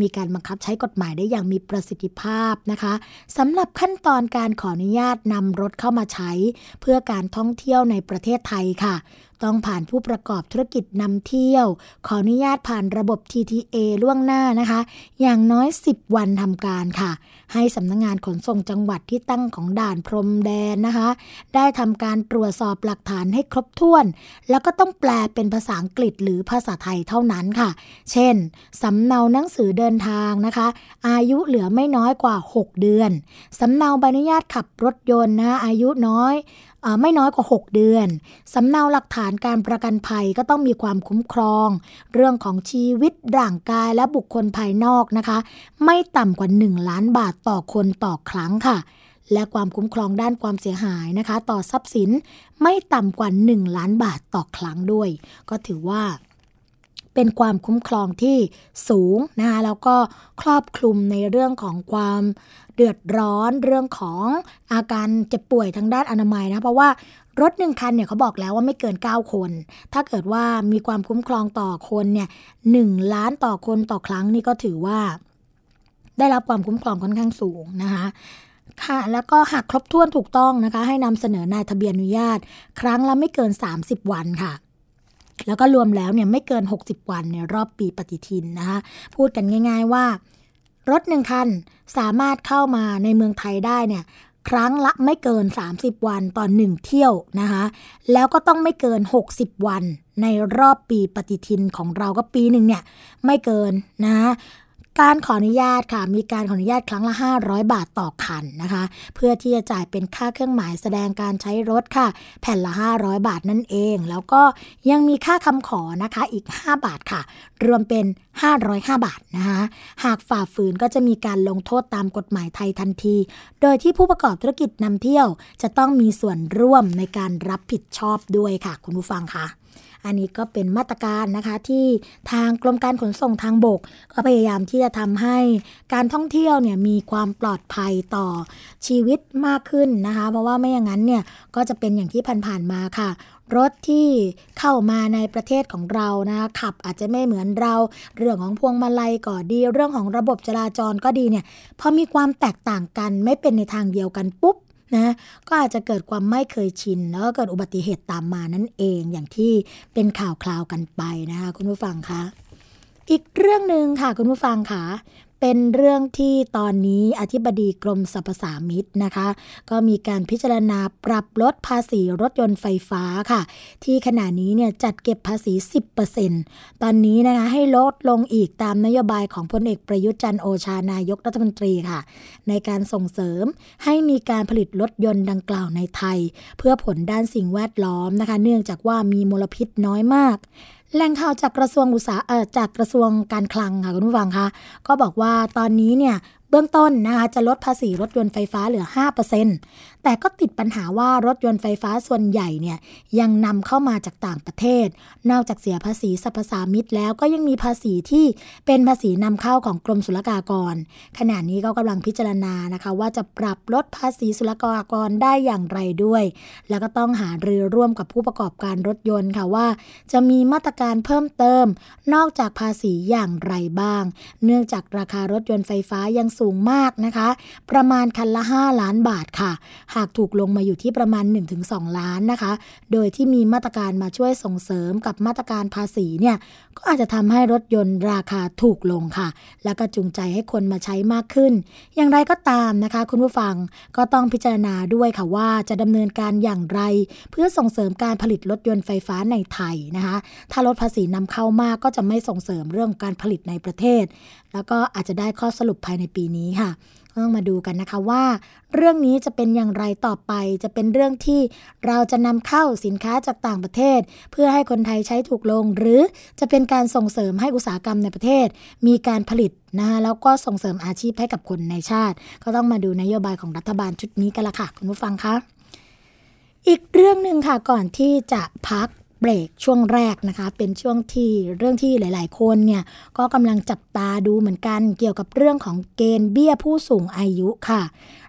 มีการบังคับใช้กฎหมายได้อย่างมีประสิทธิภาพนะคะสำหรับขั้นตอนการขออนุญาตนำรถเข้ามาใช้เพื่อการท่องเที่ยวในประเทศไทยค่ะต้องผ่านผู้ประกอบธุรกิจนำเที่ยวขออนุญาตผ่านระบบ ที ที เอ ล่วงหน้านะคะอย่างน้อยสิบวันทำการค่ะให้สำนักงานขนส่งจังหวัดที่ตั้งของด่านพรมแดนนะคะได้ทำการตรวจสอบหลักฐานให้ครบถ้วนแล้วก็ต้องแปลเป็นภาษาอังกฤษหรือภาษาไทยเท่านั้นค่ะเช่นสำเนาหนังสือเดินทางนะคะอายุเหลือไม่น้อยกว่าหกเดือนสำเนาใบอนุญาตขับรถยนต์นะอายุน้อยไม่น้อยกว่าหกเดือนสำเนาหลักฐานการประกันภัยก็ต้องมีความคุ้มครองเรื่องของชีวิตร่างกายและบุคคลภายนอกนะคะไม่ต่ำกว่าหนึ่งล้านบาทต่อคนต่อครั้งค่ะและความคุ้มครองด้านความเสียหายนะคะต่อทรัพย์สินไม่ต่ำกว่าหนึ่งล้านบาทต่อครั้งด้วยก็ถือว่าเป็นความคุ้มครองที่สูงนะคะแล้วก็ครอบคลุมในเรื่องของความเดือดร้อนเรื่องของอาการเจ็บป่วยทางด้านอนามัยนะเพราะว่ารถหนึ่งคันเนี่ยเขาบอกแล้วว่าไม่เกินเก้าคนถ้าเกิดว่ามีความคุ้มครองต่อคนเนี่ยหนึ่งล้านต่อคนต่อครั้งนี่ก็ถือว่าได้รับความคุ้มครองค่อนข้างสูงนะคะค่ะแล้วก็หากครบถ้วนถูกต้องนะคะให้นำเสนอนายทะเบียนอนุญาตครั้งละไม่เกินสามสิบวันค่ะแล้วก็รวมแล้วเนี่ยไม่เกินหกสิบวันในรอบปีปฏิทินนะคะพูดกันง่ายๆว่ารถหนึ่งคันสามารถเข้ามาในเมืองไทยได้เนี่ยครั้งละไม่เกินสามสิบวันต่อหนึ่งเที่ยวนะคะแล้วก็ต้องไม่เกินหกสิบวันในรอบปีปฏิทินของเราก็ปีหนึ่งเนี่ยไม่เกินนะการขออนุญาตค่ะมีการขออนุญาตครั้งละห้าร้อยบาทต่อคันนะคะเพื่อที่จะจ่ายเป็นค่าเครื่องหมายแสดงการใช้รถค่ะแผ่นละห้าร้อยบาทนั่นเองแล้วก็ยังมีค่าคำขอนะคะอีกห้าบาทค่ะรวมเป็นห้าร้อยห้าบาทนะคะหากฝ่าฝืนก็จะมีการลงโทษตามกฎหมายไทยทันทีโดยที่ผู้ประกอบธุรกิจนำเที่ยวจะต้องมีส่วนร่วมในการรับผิดชอบด้วยค่ะคุณผู้ฟังค่ะอันนี้ก็เป็นมาตรการนะคะที่ทางกรมการขนส่งทางบกก็พยายามที่จะทำให้การท่องเที่ยวเนี่ยมีความปลอดภัยต่อชีวิตมากขึ้นนะคะเพราะว่าไม่อย่างนั้นเนี่ยก็จะเป็นอย่างที่ผ่านๆมาค่ะรถที่เข้ามาในประเทศของเรานะคะขับอาจจะไม่เหมือนเราเรื่องของพวงมาลัยก็ดีเรื่องของระบบจราจรก็ดีเนี่ยพอมีความแตกต่างกันไม่เป็นในทางเดียวกันปุ๊บนะก็อาจจะเกิดความไม่เคยชินแล้วก็เกิดอุบัติเหตุตามมานั่นเองอย่างที่เป็นข่าวคราวกันไปนะคะคุณผู้ฟังคะอีกเรื่องนึงค่ะคุณผู้ฟังค่ะเป็นเรื่องที่ตอนนี้อธิบดีกรมสรรพสามิตนะคะก็มีการพิจารณาปรับลดภาษีรถยนต์ไฟฟ้าค่ะที่ขณะนี้เนี่ยจัดเก็บภาษี สิบเปอร์เซ็นต์ ตอนนี้นะคะให้ลดลงอีกตามนโยบายของพลเอกประยุทธ์จันทร์โอชานายกรัฐมนตรีค่ะในการส่งเสริมให้มีการผลิตรถยนต์ดังกล่าวในไทยเพื่อผลด้านสิ่งแวดล้อมนะคะเนื่องจากว่ามีมลพิษน้อยมากแหล่งข่าวจากกระทรวงอุตสาหเอ่อจากกระทรวงการคลังค่ะคุณผู้ฟังคะก็บอกว่าตอนนี้เนี่ยเบื้องต้นนะคะจะลดภาษีรถยนต์ไฟฟ้าเหลือ ห้าเปอร์เซ็นต์ แต่ก็ติดปัญหาว่ารถยนต์ไฟฟ้าส่วนใหญ่เนี่ยยังนำเข้ามาจากต่างประเทศนอกจากเสียภาษีสรรพสามิตแล้วก็ยังมีภาษีที่เป็นภาษีนำเข้าของกรมศุลกากรขณะนี้ก็กำลังพิจารณานะคะว่าจะปรับลดภาษีศุลกากรได้อย่างไรด้วยแล้วก็ต้องหารือร่วมกับผู้ประกอบการรถยนต์ค่ะว่าจะมีมาตรการเพิ่มเติมนอกจากภาษีอย่างไรบ้างเนื่องจากราคารถยนต์ไฟฟ้ายังสูงมากนะคะประมาณคันละห้าล้านบาทค่ะหากถูกลงมาอยู่ที่ประมาณ หนึ่งถึงสอง ล้านนะคะโดยที่มีมาตรการมาช่วยส่งเสริมกับมาตรการภาษีเนี่ยก็อาจจะทำให้รถยนต์ราคาถูกลงค่ะแล้วก็จูงใจให้คนมาใช้มากขึ้นอย่างไรก็ตามนะคะคุณผู้ฟังก็ต้องพิจารณาด้วยค่ะว่าจะดำเนินการอย่างไรเพื่อส่งเสริมการผลิตรถยนต์ไฟฟ้าในไทยนะคะถ้าลดภาษีนำเข้ามากก็จะไม่ส่งเสริมเรื่องการผลิตในประเทศแล้วก็อาจจะได้ข้อสรุปภายในปีนี้ค่ะต้องมาดูกันนะคะว่าเรื่องนี้จะเป็นอย่างไรต่อไปจะเป็นเรื่องที่เราจะนำเข้าสินค้าจากต่างประเทศเพื่อให้คนไทยใช้ถูกลงหรือจะเป็นการส่งเสริมให้อุตสาหกรรมในประเทศมีการผลิตนะคะแล้วก็ส่งเสริมอาชีพให้กับคนในชาติก็ต้องมาดูนโยบายของรัฐบาลชุดนี้กันละค่ะคุณผู้ฟังคะอีกเรื่องนึงค่ะก่อนที่จะพักเบรกช่วงแรกนะคะเป็นช่วงที่เรื่องที่หลายๆคนเนี่ยก็กำลังจับตาดูเหมือนกันเกี่ยวกับเรื่องของเกณฑ์เบี้ยผู้สูงอายุค่ะ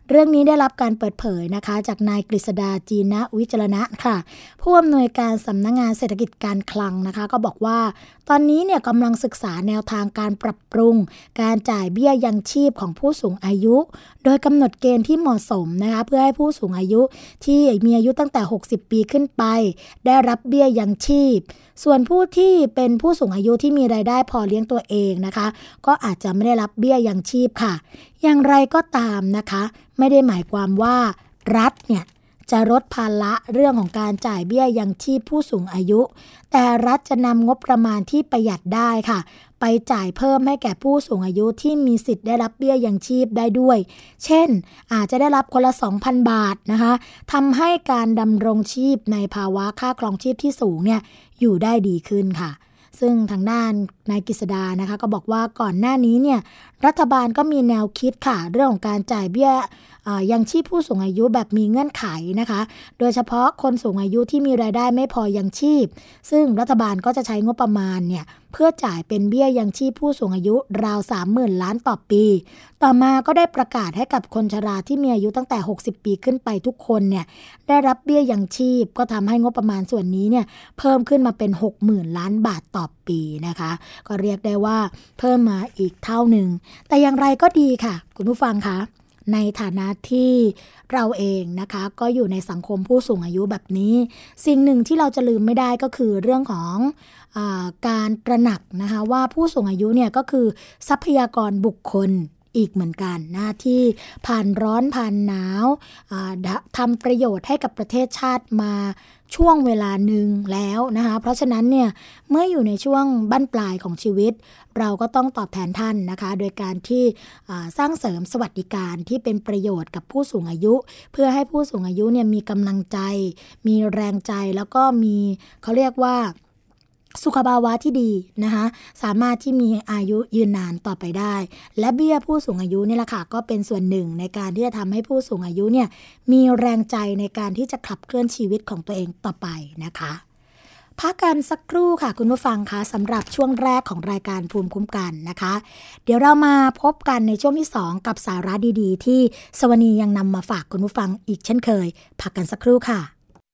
เรื่องนี้ได้รับการเปิดเผยนะคะจากนายกฤษดาจีนะวิจารณะค่ะผู้อำนวยการสำนักงานเศรษฐกิจการคลังนะคะก็บอกว่าตอนนี้เนี่ยกำลังศึกษาแนวทางการปรับปรุงการจ่ายเบี้ยยังชีพของผู้สูงอายุโดยกำหนดเกณฑ์ที่เหมาะสมนะคะเพื่อให้ผู้สูงอายุที่มีอายุตั้งแต่หกสิบปีขึ้นไปได้รับเบี้ยยังชีพส่วนผู้ที่เป็นผู้สูงอายุที่มีรายได้พอเลี้ยงตัวเองนะคะก็อาจจะไม่ได้รับเบี้ยยังชีพค่ะอย่างไรก็ตามนะคะไม่ได้หมายความว่ารัฐเนี่ยจะลดภาระเรื่องของการจ่ายเบี้ยยังชีพผู้สูงอายุแต่รัฐจะนำงบประมาณที่ประหยัดได้ค่ะไปจ่ายเพิ่มให้แก่ผู้สูงอายุที่มีสิทธิ์ได้รับเบี้ยยังชีพได้ด้วยเช่นอาจจะได้รับคนละ สองพัน บาทนะคะทำให้การดำรงชีพในภาวะค่าครองชีพที่สูงเนี่ยอยู่ได้ดีขึ้นค่ะซึ่งทางด้านนายกฤษดานะคะก็บอกว่าก่อนหน้านี้เนี่ยรัฐบาลก็มีแนวคิดค่ะเรื่องของการจ่ายเบี้ยยังชีพผู้สูงอายุแบบมีเงื่อนไขนะคะโดยเฉพาะคนสูงอายุที่มีรายได้ไม่พอยังชีพซึ่งรัฐบาลก็จะใช้งบประมาณเนี่ยเพื่อจ่ายเป็นเบี้ยยังชีพผู้สูงอายุราว สามหมื่น ล้านต่อปีต่อมาก็ได้ประกาศให้กับคนชราที่มีอายุตั้งแต่หกสิบปีขึ้นไปทุกคนเนี่ยได้รับเบี้ยยังชีพก็ทำให้งบประมาณส่วนนี้เนี่ยเพิ่มขึ้นมาเป็น หกหมื่น ล้านบาทต่อปีนะคะก็เรียกได้ว่าเพิ่มมาอีกเท่านึงแต่อย่างไรก็ดีค่ะคุณผู้ฟังคะในฐานะที่เราเองนะคะก็อยู่ในสังคมผู้สูงอายุแบบนี้สิ่งหนึ่งที่เราจะลืมไม่ได้ก็คือเรื่องของอ่าการตระหนักนะคะว่าผู้สูงอายุเนี่ยก็คือทรัพยากรบุคคลอีกเหมือนกันนะที่ผ่านร้อนผ่านหนาวทำประโยชน์ให้กับประเทศชาติมาช่วงเวลาหนึ่งแล้วนะคะเพราะฉะนั้นเนี่ยเมื่ออยู่ในช่วงบั้นปลายของชีวิตเราก็ต้องตอบแทนท่านนะคะโดยการที่สร้างเสริมสวัสดิการที่เป็นประโยชน์กับผู้สูงอายุเพื่อให้ผู้สูงอายุเนี่ยมีกำลังใจมีแรงใจแล้วก็มีเขาเรียกว่าสุขภาวะที่ดีนะคะสามารถที่มีอายุยืนนานต่อไปได้และเบี้ยผู้สูงอายุนี่แหละค่ะก็เป็นส่วนหนึ่งในการที่จะทำให้ผู้สูงอายุเนี่ยมีแรงใจในการที่จะขับเคลื่อนชีวิตของตัวเองต่อไปนะคะพักกันสักครู่ค่ะคุณผู้ฟังคะสำหรับช่วงแรกของรายการภูมิคุ้มกันนะคะเดี๋ยวเรามาพบกันในช่วงที่สองกับสาระดีๆที่สวนียังนำมาฝากคุณผู้ฟังอีกเช่นเคยพักกันสักครู่ค่ะ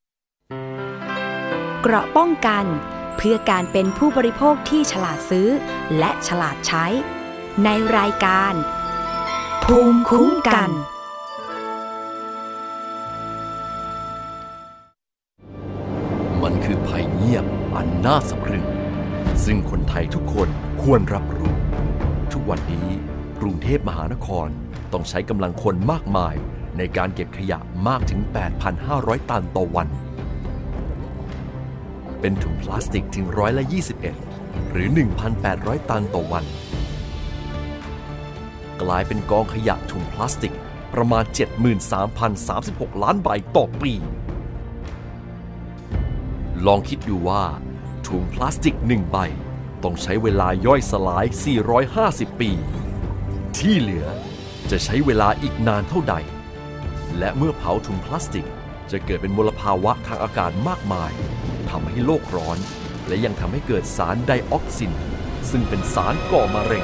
เกราะป้องกันเพื่อการเป็นผู้บริโภคที่ฉลาดซื้อและฉลาดใช้ในรายการภูมิคุ้มกันมันคือภัยเงียบอันน่าสะพรึงซึ่งคนไทยทุกคนควรรับรู้ทุกวันนี้กรุงเทพมหานครต้องใช้กำลังคนมากมายในการเก็บขยะมากถึง แปดพันห้าร้อย ตันต่อวันเป็นถุงพลาสติกถึงร้อยละยี่สิบเอ็ดหรือ หนึ่งพันแปดร้อย ตันต่อวันกลายเป็นกองขยะถุงพลาสติกประมาณ เจ็ดหมื่นสามพันสามสิบหก ล้านใบต่อปีลองคิดดูว่าถุงพลาสติกหนึ่งใบต้องใช้เวลาย่อยสลายสี่ร้อยห้าสิบปีที่เหลือจะใช้เวลาอีกนานเท่าใดและเมื่อเผาถุงพลาสติกจะเกิดเป็นมลภาวะทางอากาศมากมายทำให้โลกร้อนและยังทำให้เกิดสารไดออกซินซึ่งเป็นสารก่อมะเร็ง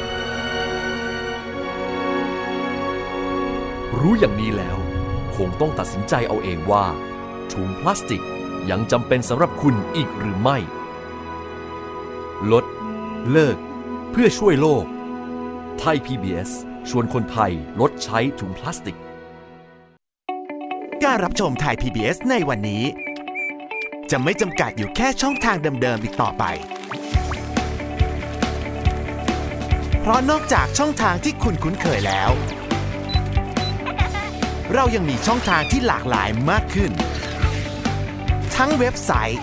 รู้อย่างนี้แล้วคงต้องตัดสินใจเอาเองว่าถุงพลาสติกยังจำเป็นสำหรับคุณอีกหรือไม่ลดเลิกเพื่อช่วยโลกไทย พี บี เอส ชวนคนไทยลดใช้ถุงพลาสติกการรับชมไทย พี บี เอส ในวันนี้จะไม่จำกัดอยู่แค่ช่องทางเดิมๆอีกต่อไปเพราะนอกจากช่องทางที่คุณคุ้นเคยแล้วเรายังมีช่องทางที่หลากหลายมากขึ้นทั้งเว็บไซต์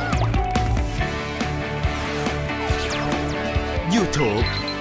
YouTube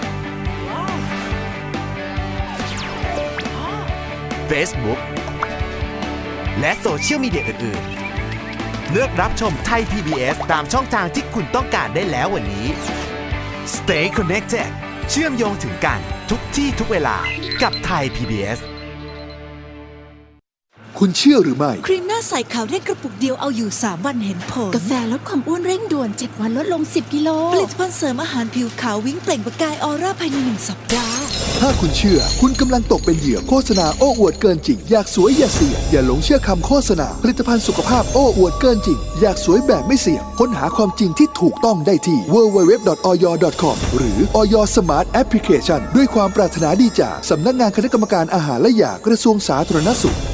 Facebook และโซเชียลมีเดียอื่นๆเลือกรับชมไทย พี บี เอส ตามช่องทางที่คุณต้องการได้แล้ววันนี้ Stay connected เชื่อมโยงถึงกันทุกที่ทุกเวลากับไทย พี บี เอสคุณเชื่อหรือไม่ครีมหน้าใสขาวเร่งกระปุกเดียวเอาอยู่สามวันเห็นผลกาแฟลดความอ้วนเร่งด่วนเจ็ดวันลดลงสิบกิโลผลิตภัณฑ์เสริมอาหารผิวขาววิ่งเปล่งประกายออร่าภายในหนึ่งสัปดาห์ถ้าคุณเชื่อคุณกำลังตกเป็นเหยื่อโฆษณาโอ้อวดเกินจริงอยากสวยอย่าเสี่ยงอย่าหลงเชื่อคำโฆษณาผลิตภัณฑ์สุขภาพโอ้อวดเกินจริงอยากสวยแบบไม่เสี่ยงค้นหาความจริงที่ถูกต้องได้ที่ ดับเบิลยู ดับเบิลยู ดับเบิลยู ดอท ออย ดอท คอม หรือ อย Smart Application ด้วยความปรารถนาดีจากสำนักงานคณะกรรมการอาหารและยากระทรวงสาธารณสุข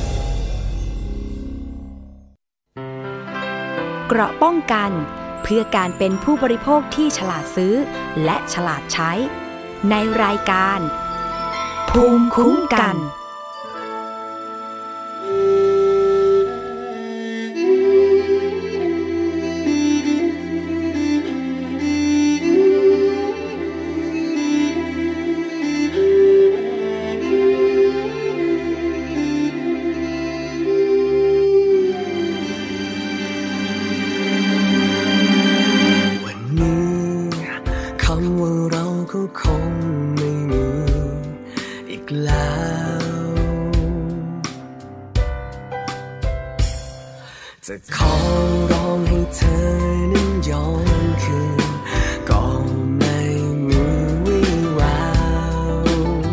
เกราะป้องกันเพื่อการเป็นผู้บริโภคที่ฉลาดซื้อและฉลาดใช้ในรายการภูมิคุ้มกันจะขอร้องให้เธอนั้นย้อนคืนก็ไม่มีวี่แวว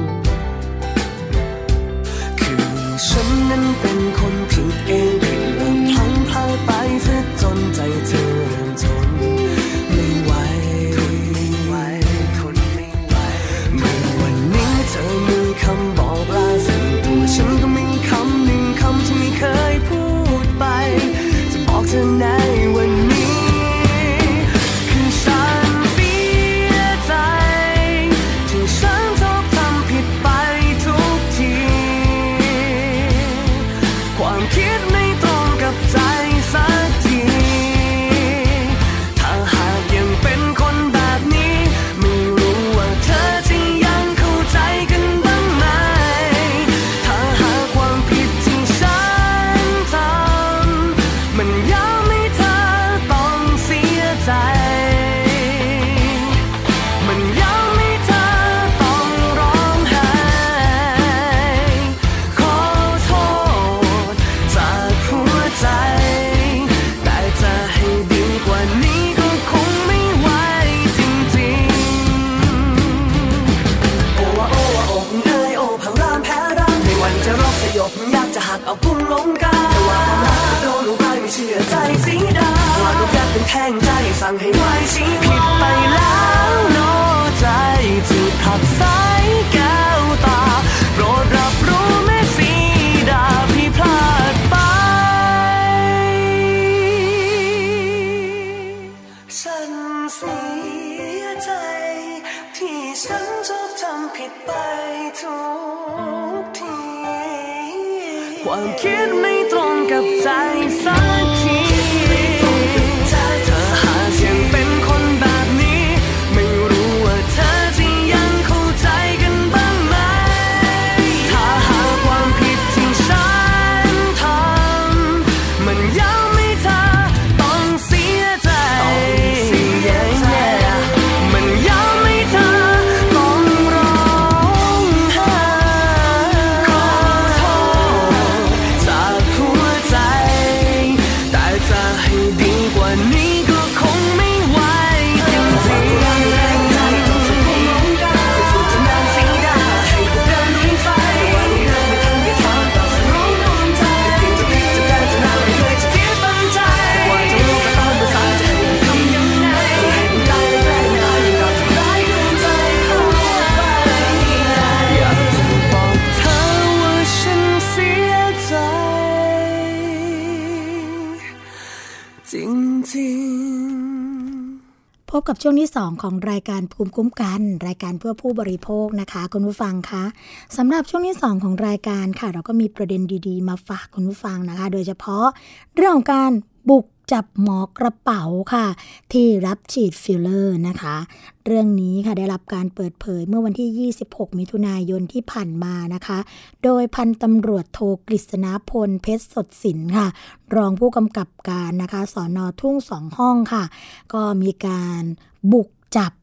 คือฉันนั้นเป็นคนผิดเองผิดเริ่มพลั้งพลาดไปซะจนใจเธอเริ่มทนไม่ไหวทนไม่ไหวเมื่อวันนี้เธอมีคำบอกลาซึ่งตัวฉันก็มีคำหนึ่งคำที่ไม่เคยพูดไปบอกเธอในวันนี้คือฉันเสียใจที่ฉันชอบทำผิดไปทุกทีความคิดไม่ตรงกับใจสักทีถ้าหากยังเป็นคนแบบนี้ไม่รู้ว่าเธอจะยังเข้าใจกันบ้างไหมถ้าหากความผิดที่ฉันทำมันยังไม่เธอต้องเสียใจมันยังไม่เธอต้องร้องไห้ขอโทษจากหัวใจแต่จะให้ดีกว่านี้ก็คงไม่ไหวจริงๆโอ้ว่าโอ้ว่าโอ้เอ้ยโอ้พังรามแพ้รามในวันจะรบสยบอยากจะหักเอาพุ่งลงกาแต่ว่าความรักก็โดนลูกไปไม่เชื่อใจสีดาว่าลูกยักเป็นแท่งใจสั่งให้ไว้ชี้ผิดไปแล้วโน้ใจที่ผักสายแก้วตาโปรดรับรู้แม่สีดาพี่พลาดไปฉันเสียใจที่ฉันชอบทำผิดไปทุกทีความคิดไม่ตรงกับใจสักทีเธอหากยังเป็นคนแบบนี้ไม่รู้ว่าเธอจะยังเข้าใจกันบ้างไหมถ้าหากความผิดที่ฉันทำมันยังไม่เธอต้องเสียใจมันยังไม่เธอต้องร้องไห้ขอโทษจากหัวใจแต่จะให้ดีกว่านี้ก็คงไม่ไหวจริงๆสุดจะนานสีดาให้เดินลุยไฟวันนี้เดินไม่ทันได้ทางต่อสู้ร้อนใจจะผิดจะได้จะนานไม่เคยจะคิดตั้งใจว่าจะรู้ก็ต้องมาสายจะให้ทำยังไงให้มันได้ได้ได้ได้อยากทำร้ายดวงใจเขาไปอยากจะบอกเธอว่าฉันเสียใจจริงๆพบกับช่วงที่สองของรายการภูมิคุ้มกันรายการเพื่อผู้บริโภคนะคะคุณผู้ฟังคะสำหรับช่วงที่สองของรายการค่ะเราก็มีประเด็นดีๆมาฝากคุณผู้ฟังนะคะโดยเฉพาะเรื่องของการบุกจับหมอกระเป๋าค่ะที่รับฉีดฟิลเลอร์นะคะเรื่องนี้ค่ะได้รับการเปิดเผยเมื่อวันที่ยี่สิบหกมิถุนายนที่ผ่านมานะคะโดยพันตำรวจโทกฤษณพลเพชรสดสินค่ะรองผู้กำกับการนะคะสน.ทุ่งสองห้องค่ะก็มีการบุกจับ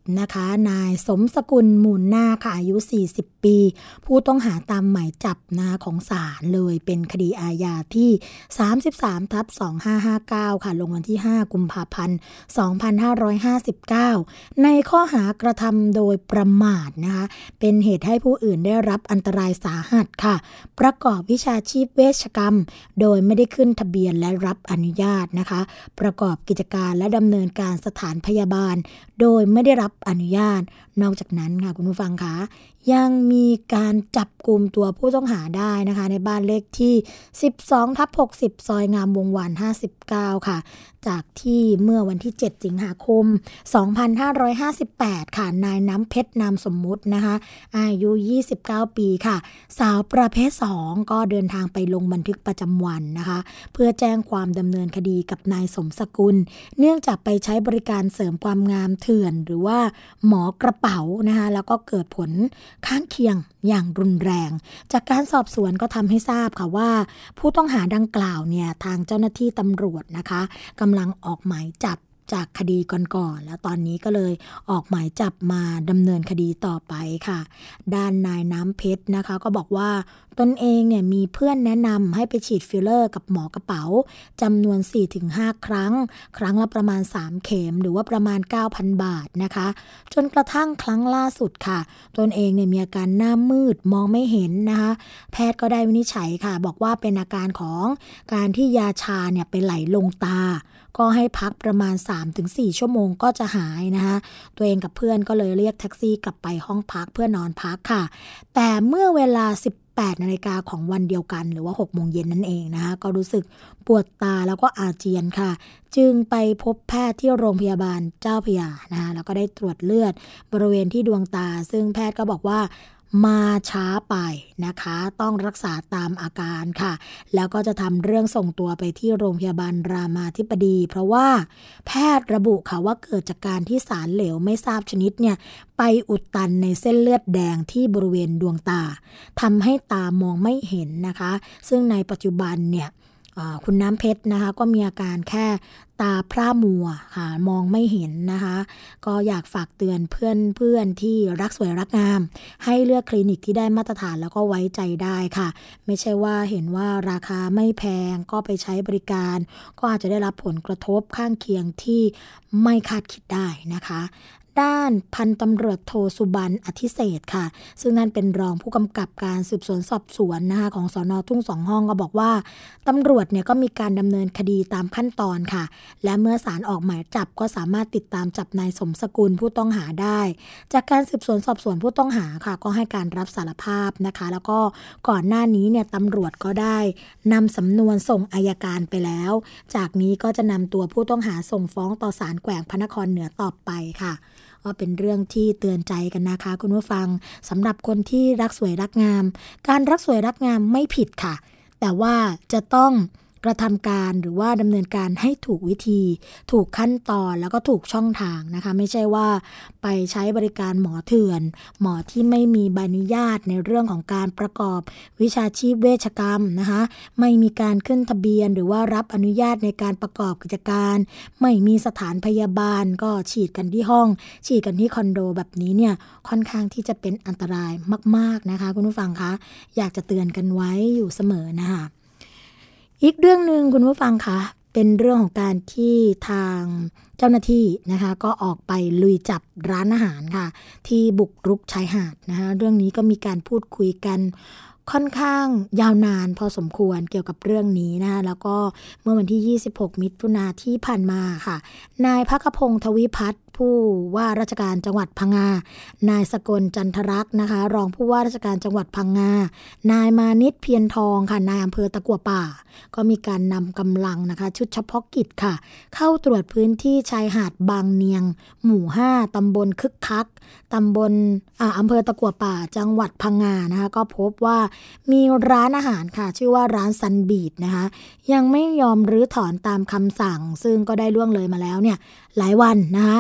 นะคะนายสมสกุลมูลนาค่ะอายุสี่สิบปีผู้ต้องหาตามหมายจับนะคะของศาลเลยเป็นคดีอาญาที่ สามสิบสามทับสองพันห้าร้อยห้าสิบเก้า ค่ะลงวันที่ห้ากุมภาพันธ์สองพันห้าร้อยห้าสิบเก้าในข้อหากระทำโดยประมาทนะคะเป็นเหตุให้ผู้อื่นได้รับอันตรายสาหัสค่ะประกอบวิชาชีพเวชกรรมโดยไม่ได้ขึ้นทะเบียนและรับอนุญาตนะคะประกอบกิจการและดำเนินการสถานพยาบาลโดยไม่ได้รับอนุญาตนอกจากนั้นค่ะคุณผู้ฟังคะยังมีการจับกุมตัวผู้ต้องหาได้นะคะในบ้านเลขที่ สิบสองทับหกสิบ ซอยงามวงวานห้าสิบเก้าค่ะจากที่เมื่อวันที่เจ็ดสิงหาคมสองพันห้าร้อยห้าสิบแปดค่ะนายน้ำเพชรนามสมมุตินะคะอายุยี่สิบเก้าปีค่ะสาวประเภทสองก็เดินทางไปลงบันทึกประจำวันนะคะเพื่อแจ้งความดำเนินคดีกับนายสมสกุลเนื่องจากไปใช้บริการเสริมความงามเถื่อนหรือว่าหมอกระเป๋านะคะแล้วก็เกิดผลข้างเคียงอย่างรุนแรงจากการสอบสวนก็ทำให้ทราบค่ะว่าผู้ต้องหาดังกล่าวเนี่ยทางเจ้าหน้าที่ตำรวจนะคะกำลังออกหมายจับจากคดีก่อนๆแล้วตอนนี้ก็เลยออกหมายจับมาดำเนินคดีต่อไปค่ะด้านนายน้ำเพชรนะคะก็บอกว่าตนเองเนี่ยมีเพื่อนแนะนำให้ไปฉีดฟิลเลอร์กับหมอกระเป๋าจำนวน สี่ถึงห้า ครั้งครั้งละประมาณสามเข็มหรือว่าประมาณ เก้าพัน บาทนะคะจนกระทั่งครั้งล่าสุดค่ะตนเองเนี่ยมีอาการหน้ามืดมองไม่เห็นนะคะแพทย์ก็ได้วินิจฉัยค่ะบอกว่าเป็นอาการของการที่ยาชาเนี่ยไปไหลลงตาก็ให้พักประมาณ สามถึงสี่ ชั่วโมงก็จะหายนะคะตัวเองกับเพื่อนก็เลยเรียกแท็กซี่กลับไปห้องพักเพื่อนอนพักค่ะแต่เมื่อเวลา สิบแปด นาฬิกาของวันเดียวกันหรือว่า หกโมงเย็นนั่นเองนะคะก็รู้สึกปวดตาแล้วก็อาเจียนค่ะจึงไปพบแพทย์ที่โรงพยาบาลเจ้าพระยานะคะแล้วก็ได้ตรวจเลือดบริเวณที่ดวงตาซึ่งแพทย์ก็บอกว่ามาช้าไปนะคะต้องรักษาตามอาการค่ะแล้วก็จะทำเรื่องส่งตัวไปที่โรงพยาบาลรามาธิบดีเพราะว่าแพทย์ระบุค่ะว่าเกิดจากการที่สารเหลวไม่ทราบชนิดเนี่ยไปอุดตันในเส้นเลือดแดงที่บริเวณดวงตาทำให้ตามองไม่เห็นนะคะซึ่งในปัจจุบันเนี่ยคุณน้ำเพชรนะคะก็มีอาการแค่ตาพร่ามัวค่ะมองไม่เห็นนะคะก็อยากฝากเตือนเพื่อนเพื่อนที่รักสวยรักงามให้เลือกคลินิกที่ได้มาตรฐานแล้วก็ไว้ใจได้ค่ะไม่ใช่ว่าเห็นว่าราคาไม่แพงก็ไปใช้บริการก็อาจจะได้รับผลกระทบข้างเคียงที่ไม่คาดคิดได้นะคะด้านพันตำรวจโทสุบรรณอธิเศษค่ะซึ่งนั่นเป็นรองผู้กำกับการสืบสวนสอบสวนนะคะของสน.ทุ่งสองห้องก็บอกว่าตำรวจเนี่ยก็มีการดำเนินคดีตามขั้นตอนค่ะและเมื่อศาลออกหมายจับก็สามารถติดตามจับนายสมสกุลผู้ต้องหาได้จากการสืบสวนสอบสวนผู้ต้องหาค่ะก็ให้การรับสารภาพนะคะแล้วก็ก่อนหน้านี้เนี่ยตำรวจก็ได้นำสำนวนส่งอัยการไปแล้วจากนี้ก็จะนำตัวผู้ต้องหาส่งฟ้องต่อศาลแขวงพระนครเหนือต่อไปค่ะก็เป็นเรื่องที่เตือนใจกันนะคะคุณผู้ฟังสำหรับคนที่รักสวยรักงามการรักสวยรักงามไม่ผิดค่ะแต่ว่าจะต้องกระทำการหรือว่าดำเนินการให้ถูกวิธีถูกขั้นตอนแล้วก็ถูกช่องทางนะคะไม่ใช่ว่าไปใช้บริการหมอเถื่อนหมอที่ไม่มีใบอนุญาตในเรื่องของการประกอบวิชาชีพเวชกรรมนะคะไม่มีการขึ้นทะเบียนหรือว่ารับอนุญาตในการประกอบกิจการไม่มีสถานพยาบาลก็ฉีดกันที่ห้องฉีดกันที่คอนโดแบบนี้เนี่ยค่อนข้างที่จะเป็นอันตรายมากๆนะคะคุณผู้ฟังคะอยากจะเตือนกันไว้อยู่เสมอนะคะอีกเรื่องนึงคุณผู้ฟังคะเป็นเรื่องของการที่ทางเจ้าหน้าที่นะคะก็ออกไปลุยจับร้านอาหารค่ะที่บุกรุกชายหาดนะคะเรื่องนี้ก็มีการพูดคุยกันค่อนข้างยาวนานพอสมควรเกี่ยวกับเรื่องนี้นะคะแล้วก็เมื่อวันที่ยี่สิบหกมิถุนายนที่ผ่านมาค่ะนายภัคพงษ์ทวิพัฒน์ผู้ว่าราชการจังหวัดพังงานายสกลจันทรักษ์นะคะรองผู้ว่าราชการจังหวัดพังงานายมานิตเพียรทองค่ะนายอำเภอตะกั่วป่าก็มีการนำกำลังนะคะชุดเฉพาะกิจค่ะเข้าตรวจพื้นที่ชายหาดบางเนียงหมู่ห้าตำบลคึกคักตำบลอ่าอำเภอตะกั่วป่าจังหวัดพังงานะคะก็พบว่ามีร้านอาหารค่ะชื่อว่าร้านซันบีทนะคะยังไม่ยอมรื้อถอนตามคำสั่งซึ่งก็ได้ล่วงเลยมาแล้วเนี่ยหลายวันนะคะ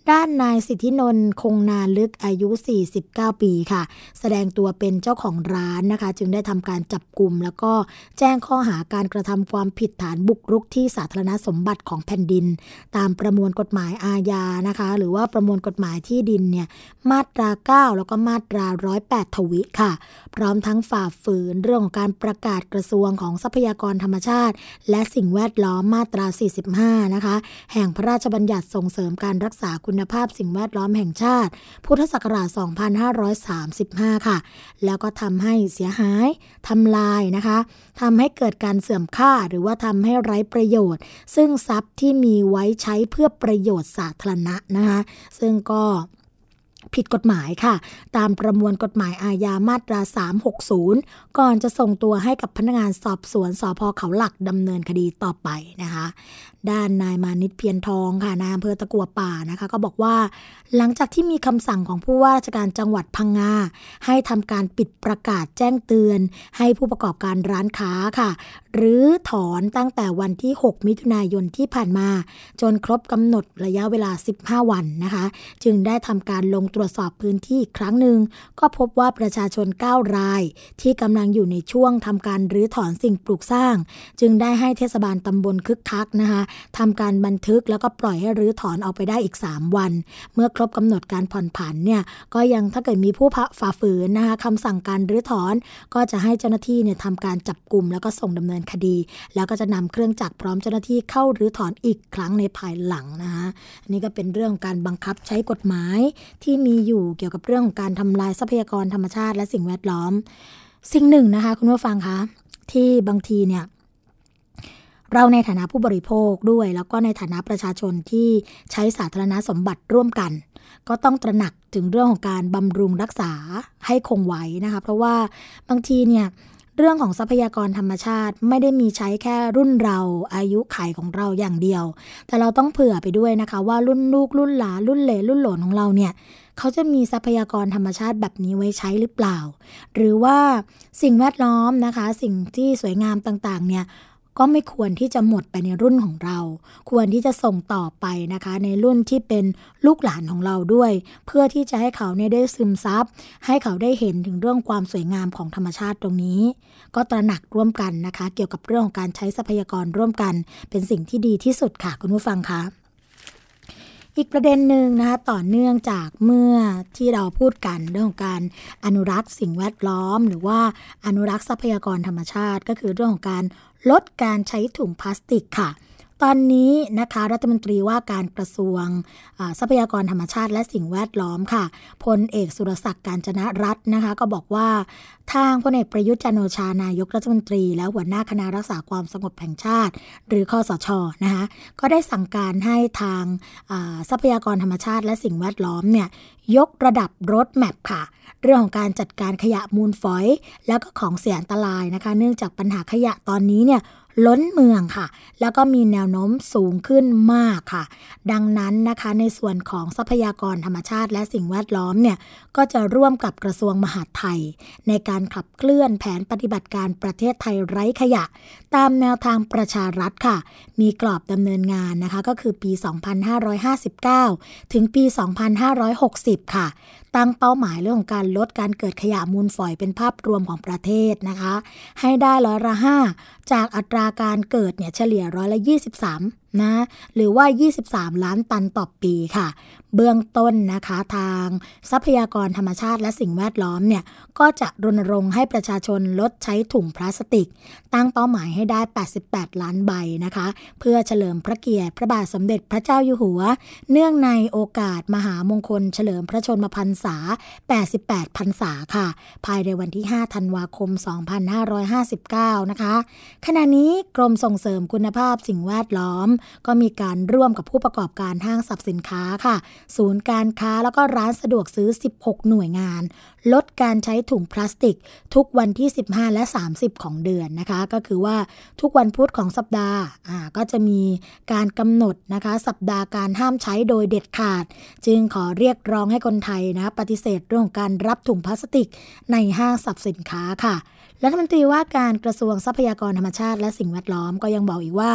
ด้านนายสิทธินนท์คงนาลึกอายุสี่สิบเก้าปีค่ะแสดงตัวเป็นเจ้าของร้านนะคะจึงได้ทำการจับกุมแล้วก็แจ้งข้อหาการกระทำความผิดฐานบุกรุกที่สาธารณสมบัติของแผ่นดินตามประมวลกฎหมายอาญานะคะหรือว่าประมวลกฎหมายที่ดินเนี่ยมาตราเก้าแล้วก็มาตราหนึ่งร้อยแปดทวิค่ะพร้อมทั้งฝ่าฝืนเรื่องของการประกาศกระทรวงของทรัพยากรธรรมชาติและสิ่งแวดล้อมมาตราสี่สิบห้านะคะแห่งพระราชบัญญัติส่งเสริมการรักษาคุณภาพสิ่งแวดล้อมแห่งชาติพุทธศักราชสองพันห้าร้อยสามสิบห้าค่ะแล้วก็ทำให้เสียหายทำลายนะคะทำให้เกิดการเสื่อมค่าหรือว่าทำให้ไร้ประโยชน์ซึ่งทรัพย์ที่มีไว้ใช้เพื่อประโยชน์สาธารณะนะคะซึ่งก็ผิดกฎหมายค่ะตามประมวลกฎหมายอาญามาตราสามหกศูนย์ก่อนจะส่งตัวให้กับพนักงานสอบสวนสภ.เขาหลักดำเนินคดีต่อไปนะคะด้านนายมานิตเพียรทองค่ะนายอำเภอตะกั่วป่านะคะก็บอกว่าหลังจากที่มีคำสั่งของผู้ว่าราชการจังหวัดพังงาให้ทำการปิดประกาศแจ้งเตือนให้ผู้ประกอบการร้านค้าค่ะหรือถอนตั้งแต่วันที่หกมิถุนายนที่ผ่านมาจนครบกำหนดระยะเวลาสิบห้าวันนะคะจึงได้ทำการลงตรวจสอบพื้นที่อีกครั้งหนึ่งก็พบว่าประชาชนเก้ารายที่กำลังอยู่ในช่วงทำการรื้อถอนสิ่งปลูกสร้างจึงได้ให้เทศบาลตำบลคึกคักนะคะทำการบันทึกแล้วก็ปล่อยให้รื้อถอนออกไปได้อีกสามวันเมื่อครบกำหนดการผ่อนผันเนี่ยก็ยังถ้าเกิดมีผู้ฝ่าฝืนนะคะคำสั่งการรื้อถอนก็จะให้เจ้าหน้าที่เนี่ยทำการจับกุมแล้วก็ส่งดำเนินคดีแล้วก็จะนำเครื่องจักรพร้อมเจ้าหน้าที่เข้ารื้อถอนอีกครั้งในภายหลังนะคะอันนี้ก็เป็นเรื่องการบังคับใช้กฎหมายที่มีอยู่เกี่ยวกับเรื่องของการทำลายทรัพยากรธรรมชาติและสิ่งแวดล้อมสิ่งหนึ่งนะคะคุณผู้ฟังคะที่บางทีเนี่ยเราในฐานะผู้บริโภคด้วยแล้วก็ในฐานะประชาชนที่ใช้สาธารณสมบัติร่วมกันก็ต้องตระหนักถึงเรื่องของการบำรุงรักษาให้คงไว้นะคะเพราะว่าบางทีเนี่ยเรื่องของทรัพยากรธรรมชาติไม่ได้มีใช้แค่รุ่นเราอายุขัยของเราอย่างเดียวแต่เราต้องเผื่อไปด้วยนะคะว่ารุ่นลูกรุ่นหลานรุ่นเหลนรุ่นหลนของเราเนี่ยเขาจะมีทรัพยากรธรรมชาติแบบนี้ไว้ใช้หรือเปล่าหรือว่าสิ่งแวดล้อมนะคะสิ่งที่สวยงามต่างๆเนี่ยก็ไม่ควรที่จะหมดไปในรุ่นของเราควรที่จะส่งต่อไปนะคะในรุ่นที่เป็นลูกหลานของเราด้วยเพื่อที่จะให้เขาเนี่ยได้ซึมซับให้เขาได้เห็นถึงเรื่องความสวยงามของธรรมชาติตรงนี้ก็ตระหนักร่วมกันนะคะเกี่ยวกับเรื่องของการใช้ทรัพยากรร่วมกันเป็นสิ่งที่ดีที่สุดค่ะคุณผู้ฟังคะอีกประเด็นหนึ่งนะคะต่อเนื่องจากเมื่อที่เราพูดกันเรื่องของการอนุรักษ์สิ่งแวดล้อมหรือว่าอนุรักษ์ทรัพยากรธรรมชาติก็คือเรื่องของการลดการใช้ถุงพลาสติกค่ะตอนนี้นะคะรัฐมนตรีว่าการกระทรวงทรัพยากรธรรมชาติและสิ่งแวดล้อมค่ะพลเอกสุรศักดิ์ กาญจนรัตน์นะคะก็บอกว่าทางพลเอกประยุทธ์จันทร์โอชานายกรัฐมนตรีและหัวหน้าคณะรักษาความสงบแห่งชาติหรือคสช.นะคะก็ได้สั่งการให้ทางทรัพยากรธรรมชาติและสิ่งแวดล้อมเนี่ยยกระดับรถแมพค่ะเรื่องของการจัดการขยะมูลฝอยแล้วก็ของเสียอันตรายนะคะเนื่องจากปัญหาขยะตอนนี้เนี่ยล้นเมืองค่ะแล้วก็มีแนวโน้มสูงขึ้นมากค่ะดังนั้นนะคะในส่วนของทรัพยากรธรรมชาติและสิ่งแวดล้อมเนี่ยก็จะร่วมกับกระทรวงมหาดไทยในการขับเคลื่อนแผนปฏิบัติการประเทศไทยไร้ขยะตามแนวทางประชารัฐค่ะมีกรอบดำเนินงานนะคะก็คือปีสองพันห้าร้อยห้าสิบเก้าถึงปีสองพันห้าร้อยหกสิบค่ะตั้งเป้าหมายเรื่องของการลดการเกิดขยะมูลฝอยเป็นภาพรวมของประเทศนะคะให้ได้ร้อยละห้าจากอัตราการเกิดเนี่ยเฉลี่ยร้อยละยี่สิบสามนะหรือว่ายี่สิบสามล้านตันต่อปีค่ะเบื้องต้นนะคะทางทรัพยากรธรรมชาติและสิ่งแวดล้อมเนี่ยก็จะรณรงค์ให้ประชาชนลดใช้ถุงพลาสติกตั้งเป้าหมายให้ได้แปดสิบแปดล้านใบนะคะเพื่อเฉลิมพระเกียรติพระบาทสมเด็จพระเจ้าอยู่หัวเนื่องในโอกาสมหามงคลเฉลิมพระชนมพรรษาแปดสิบแปดพรรษาค่ะภายในวันที่ห้าธันวาคมสองพันห้าร้อยห้าสิบเก้านะคะขณะนี้กรมส่งเสริมคุณภาพสิ่งแวดล้อมก็มีการร่วมกับผู้ประกอบการห้างสรรพสินค้าค่ะศูนย์การค้าแล้วก็ร้านสะดวกซื้อสิบหกหน่วยงานลดการใช้ถุงพลาสติกทุกวันที่สิบห้าและสามสิบของเดือนนะคะก็คือว่าทุกวันพุธของสัปดาห์อ่าก็จะมีการกำหนดนะคะสัปดาห์การห้ามใช้โดยเด็ดขาดจึงขอเรียกร้องให้คนไทยนะปฏิเสธเรื่องของการรับถุงพลาสติกในห้างสรรพสินค้าค่ะรัฐมนตรีว่าการกระทรวงทรัพยากรธรรมชาติและสิ่งแวดล้อมก็ยังบอกอีกว่า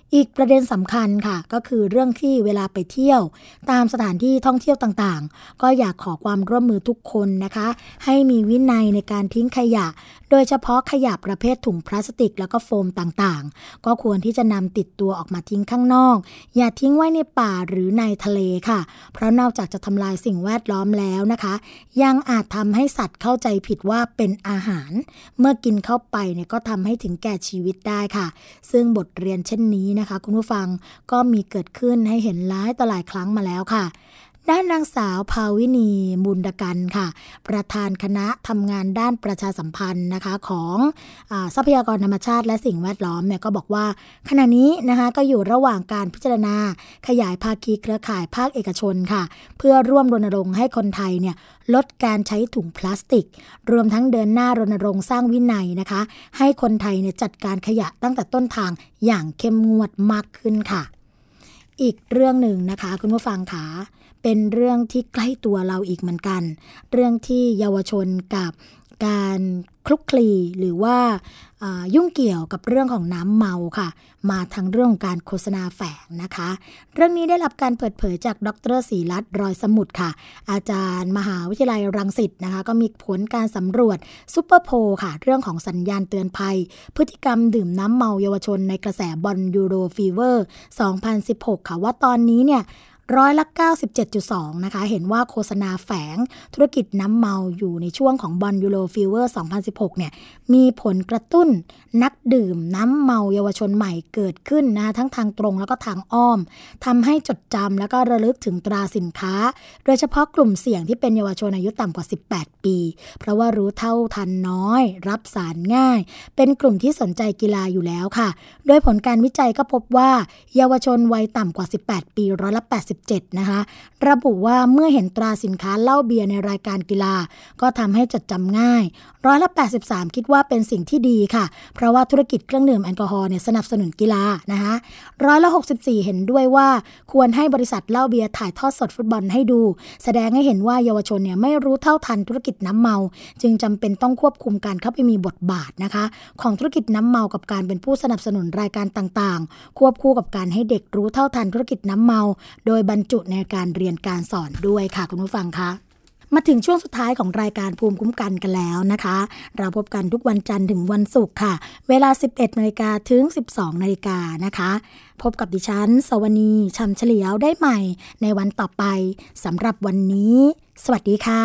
อีกประเด็นสำคัญค่ะก็คือเรื่องที่เวลาไปเที่ยวตามสถานที่ท่องเที่ยวต่างๆก็อยากขอความร่วมมือทุกคนนะคะให้มีวินัยในการทิ้งขยะโดยเฉพาะขยะประเภทถุงพลาสติกแล้วก็โฟมต่างๆก็ควรที่จะนำติดตัวออกมาทิ้งข้างนอกอย่าทิ้งไว้ในป่าหรือในทะเลค่ะเพราะนอกจากจะทำลายสิ่งแวดล้อมแล้วนะคะยังอาจทำให้สัตว์เข้าใจผิดว่าเป็นอาหารเมื่อกินเข้าไปเนี่ยก็ทำให้ถึงแก่ชีวิตได้ค่ะซึ่งบทเรียนเช่นนี้นะคะคุณผู้ฟังก็มีเกิดขึ้นให้เห็นหลายต่อหลายครั้งมาแล้วค่ะด้านนางสาวภาวินีบุญกันค่ะประธานคณะทำงานด้านประชาสัมพันธ์นะคะของอ่าทรัพยากรธรรมชาติและสิ่งแวดล้อมเนี่ยก็บอกว่าขณะนี้นะคะก็อยู่ระหว่างการพิจารณาขยายภาคีเครือข่ายภาคเอกชนค่ะเพื่อร่วมรณรงค์ให้คนไทยเนี่ยลดการใช้ถุงพลาสติกรวมทั้งเดินหน้ารณรงค์สร้างวินัยนะคะให้คนไทยเนี่ยจัดการขยะตั้งแต่ต้นทางอย่างเข้มงวดมากขึ้นค่ะอีกเรื่องหนึ่งนะคะคุณผู้ฟังค่ะเป็นเรื่องที่ใกล้ตัวเราอีกเหมือนกันเรื่องที่เยาวชนกับการคลุกคลีหรือว่ายุ่งเกี่ยวกับเรื่องของน้ำเมาค่ะมาทั้งเรื่องของการโฆษณาแฝงนะคะเรื่องนี้ได้รับการเปิดเผยจากดร.ศรีรัตน์รอยสมุทรค่ะอาจารย์มหาวิทยาลัยรังสิตนะคะก็มีผลการสำรวจซุปเปอร์โพลค่ะเรื่องของสัญญาณเตือนภัยพฤติกรรมดื่มน้ำเมาเยาวชนในกระแสบอลยูโรฟีเวอร์สองพันสิบหกค่ะว่าตอนนี้เนี่ยร้อยละ เก้าสิบเจ็ดจุดสอง นะคะเห็นว่าโฆษณาแฝงธุรกิจน้ำเมาอยู่ในช่วงของบอลยูโรฟีเวอร์สองพันสิบหกเนี่ยมีผลกระตุ้นนักดื่มน้ำเมาเยาวชนใหม่เกิดขึ้นนะทั้งทางตรงแล้วก็ทางอ้อมทำให้จดจำแล้วก็ระลึกถึงตราสินค้าโดยเฉพาะกลุ่มเสี่ยงที่เป็นเยาวชนอายุต่ำกว่าสิบแปดปีเพราะว่ารู้เท่าทันน้อยรับสารง่ายเป็นกลุ่มที่สนใจกีฬาอยู่แล้วค่ะโดยผลการวิจัยก็พบว่าเยาวชนวัยต่ำกว่าสิบแปดปีร้อยละแปดสิบนะคะระบุว่าเมื่อเห็นตราสินค้าเหล้าเบียร์ในรายการกีฬาก็ทำให้จดจำง่ายร้อยละแปดสิบสามคิดว่าเป็นสิ่งที่ดีค่ะเพราะว่าธุรกิจเครื่องดื่มแอลกอฮอล์เนี่ยสนับสนุนกีฬานะคะร้อยละหกสิบสี่เห็นด้วยว่าควรให้บริษัทเหล้าเบียร์ถ่ายทอดสดฟุตบอลให้ดูแสดงให้เห็นว่าเยาวชนเนี่ยไม่รู้เท่าทันธุรกิจน้ำเมาจึงจำเป็นต้องควบคุมการเข้าไปมีบทบาทนะคะของธุรกิจน้ำเมากับการเป็นผู้สนับสนุนรายการต่างๆควบคู่กับการให้เด็กรู้เท่าทันธุรกิจน้ำเมาโดยบรรจุในการเรียนการสอนด้วยค่ะคุณผู้ฟังคะมาถึงช่วงสุดท้ายของรายการภูมิคุ้มกันกันแล้วนะคะเราพบกันทุกวันจันทร์ถึงวันศุกร์ค่ะเวลา สิบเอ็ดนาฬิกา ถึง สิบสองนาฬิกานะคะพบกับดิฉันสวนีชำเฉลียวได้ใหม่ในวันต่อไปสำหรับวันนี้สวัสดีค่ะ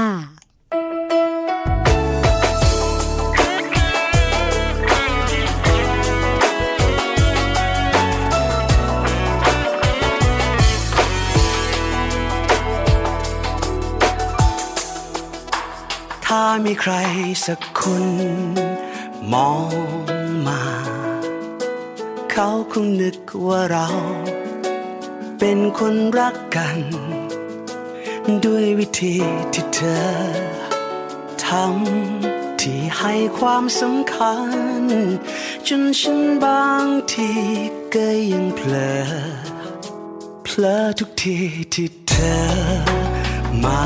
ถ้ามีใครสักคนมองมาเขาคงนึกว่าเราเป็นคนรักกันด้วยวิธีที่เธอทำที่ให้ความสำคัญจนฉันบางทีก็ยังเผลอเผลอทุกทีที่เธอมา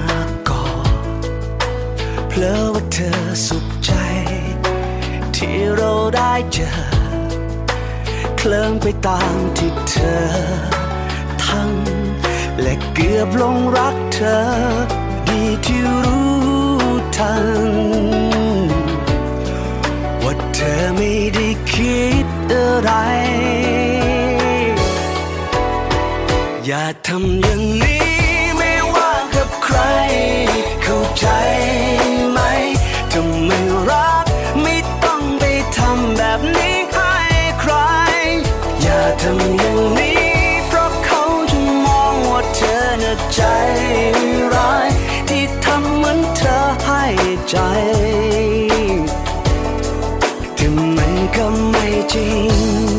เพลอว่าเธอสุขใจที่เราได้เจอเคลิ้มไปตามที่เธอทำและเกือบหลงรักเธอดีที่รู้ทันว่าเธอไม่ได้คิดอะไรอย่าทำอย่างนี้ไม่ว่ากับใครเข้าใจไหมถ้าไม่รักไม่ต้องไปทำแบบนี้ให้ใครอย่าทำอย่างนี้เพราะเขาจะมองว่าเธอน่ะใจร้ายที่ทำเหมือนเธอให้ใจแต่มันก็ไม่จริง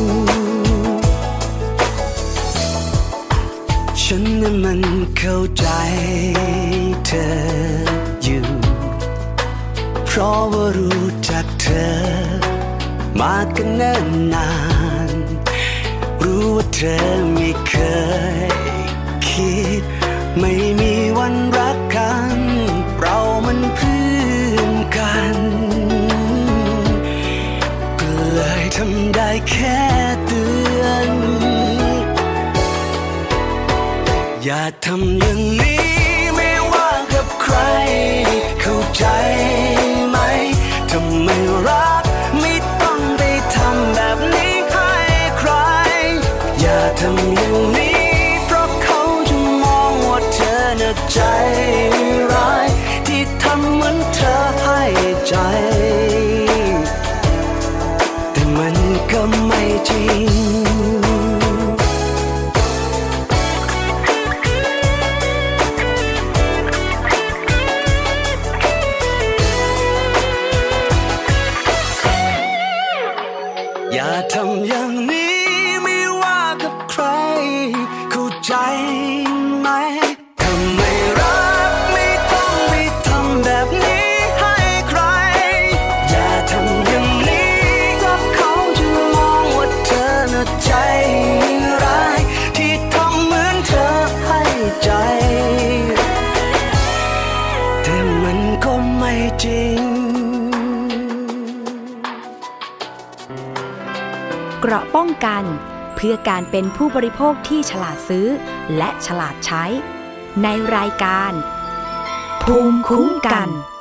ฉันนั้นมันเข้าใจเธออยู่เพราะว่ารู้จักเธอมากันเนิ่นนานรู้ว่าเธอไม่เคยคิดไม่มีวันรักกันเรามันเพื่อนกันก็เลยทำได้แค่เตือนอย่าทำอย่างนี้ไม่ว่ากับใครเข้าใจไหมถ้าไม่รักไม่ต้องไปทำแบบนี้ให้ใครอย่าทำอย่างนี้เพราะเขาจะมองว่าเธอน่ะใจร้ายที่ทำเหมือนเธอให้ใจแต่มันก็ไม่จริงอย่าทำอย่างนี้ไม่ว่ากับใครเข้าใจไหมถ้าไม่รักไม่ต้องไปทำแบบนี้ให้ใครอย่าทำอย่างนี้เพราะเขาจะมองว่าเธอน่ะใจร้ายที่ทำเหมือนเธอให้ใจแต่มันก็ไม่จริงเกราะป้องกันเพื่อการเป็นผู้บริโภคที่ฉลาดซื้อและฉลาดใช้ในรายการภูมิคุ้มกัน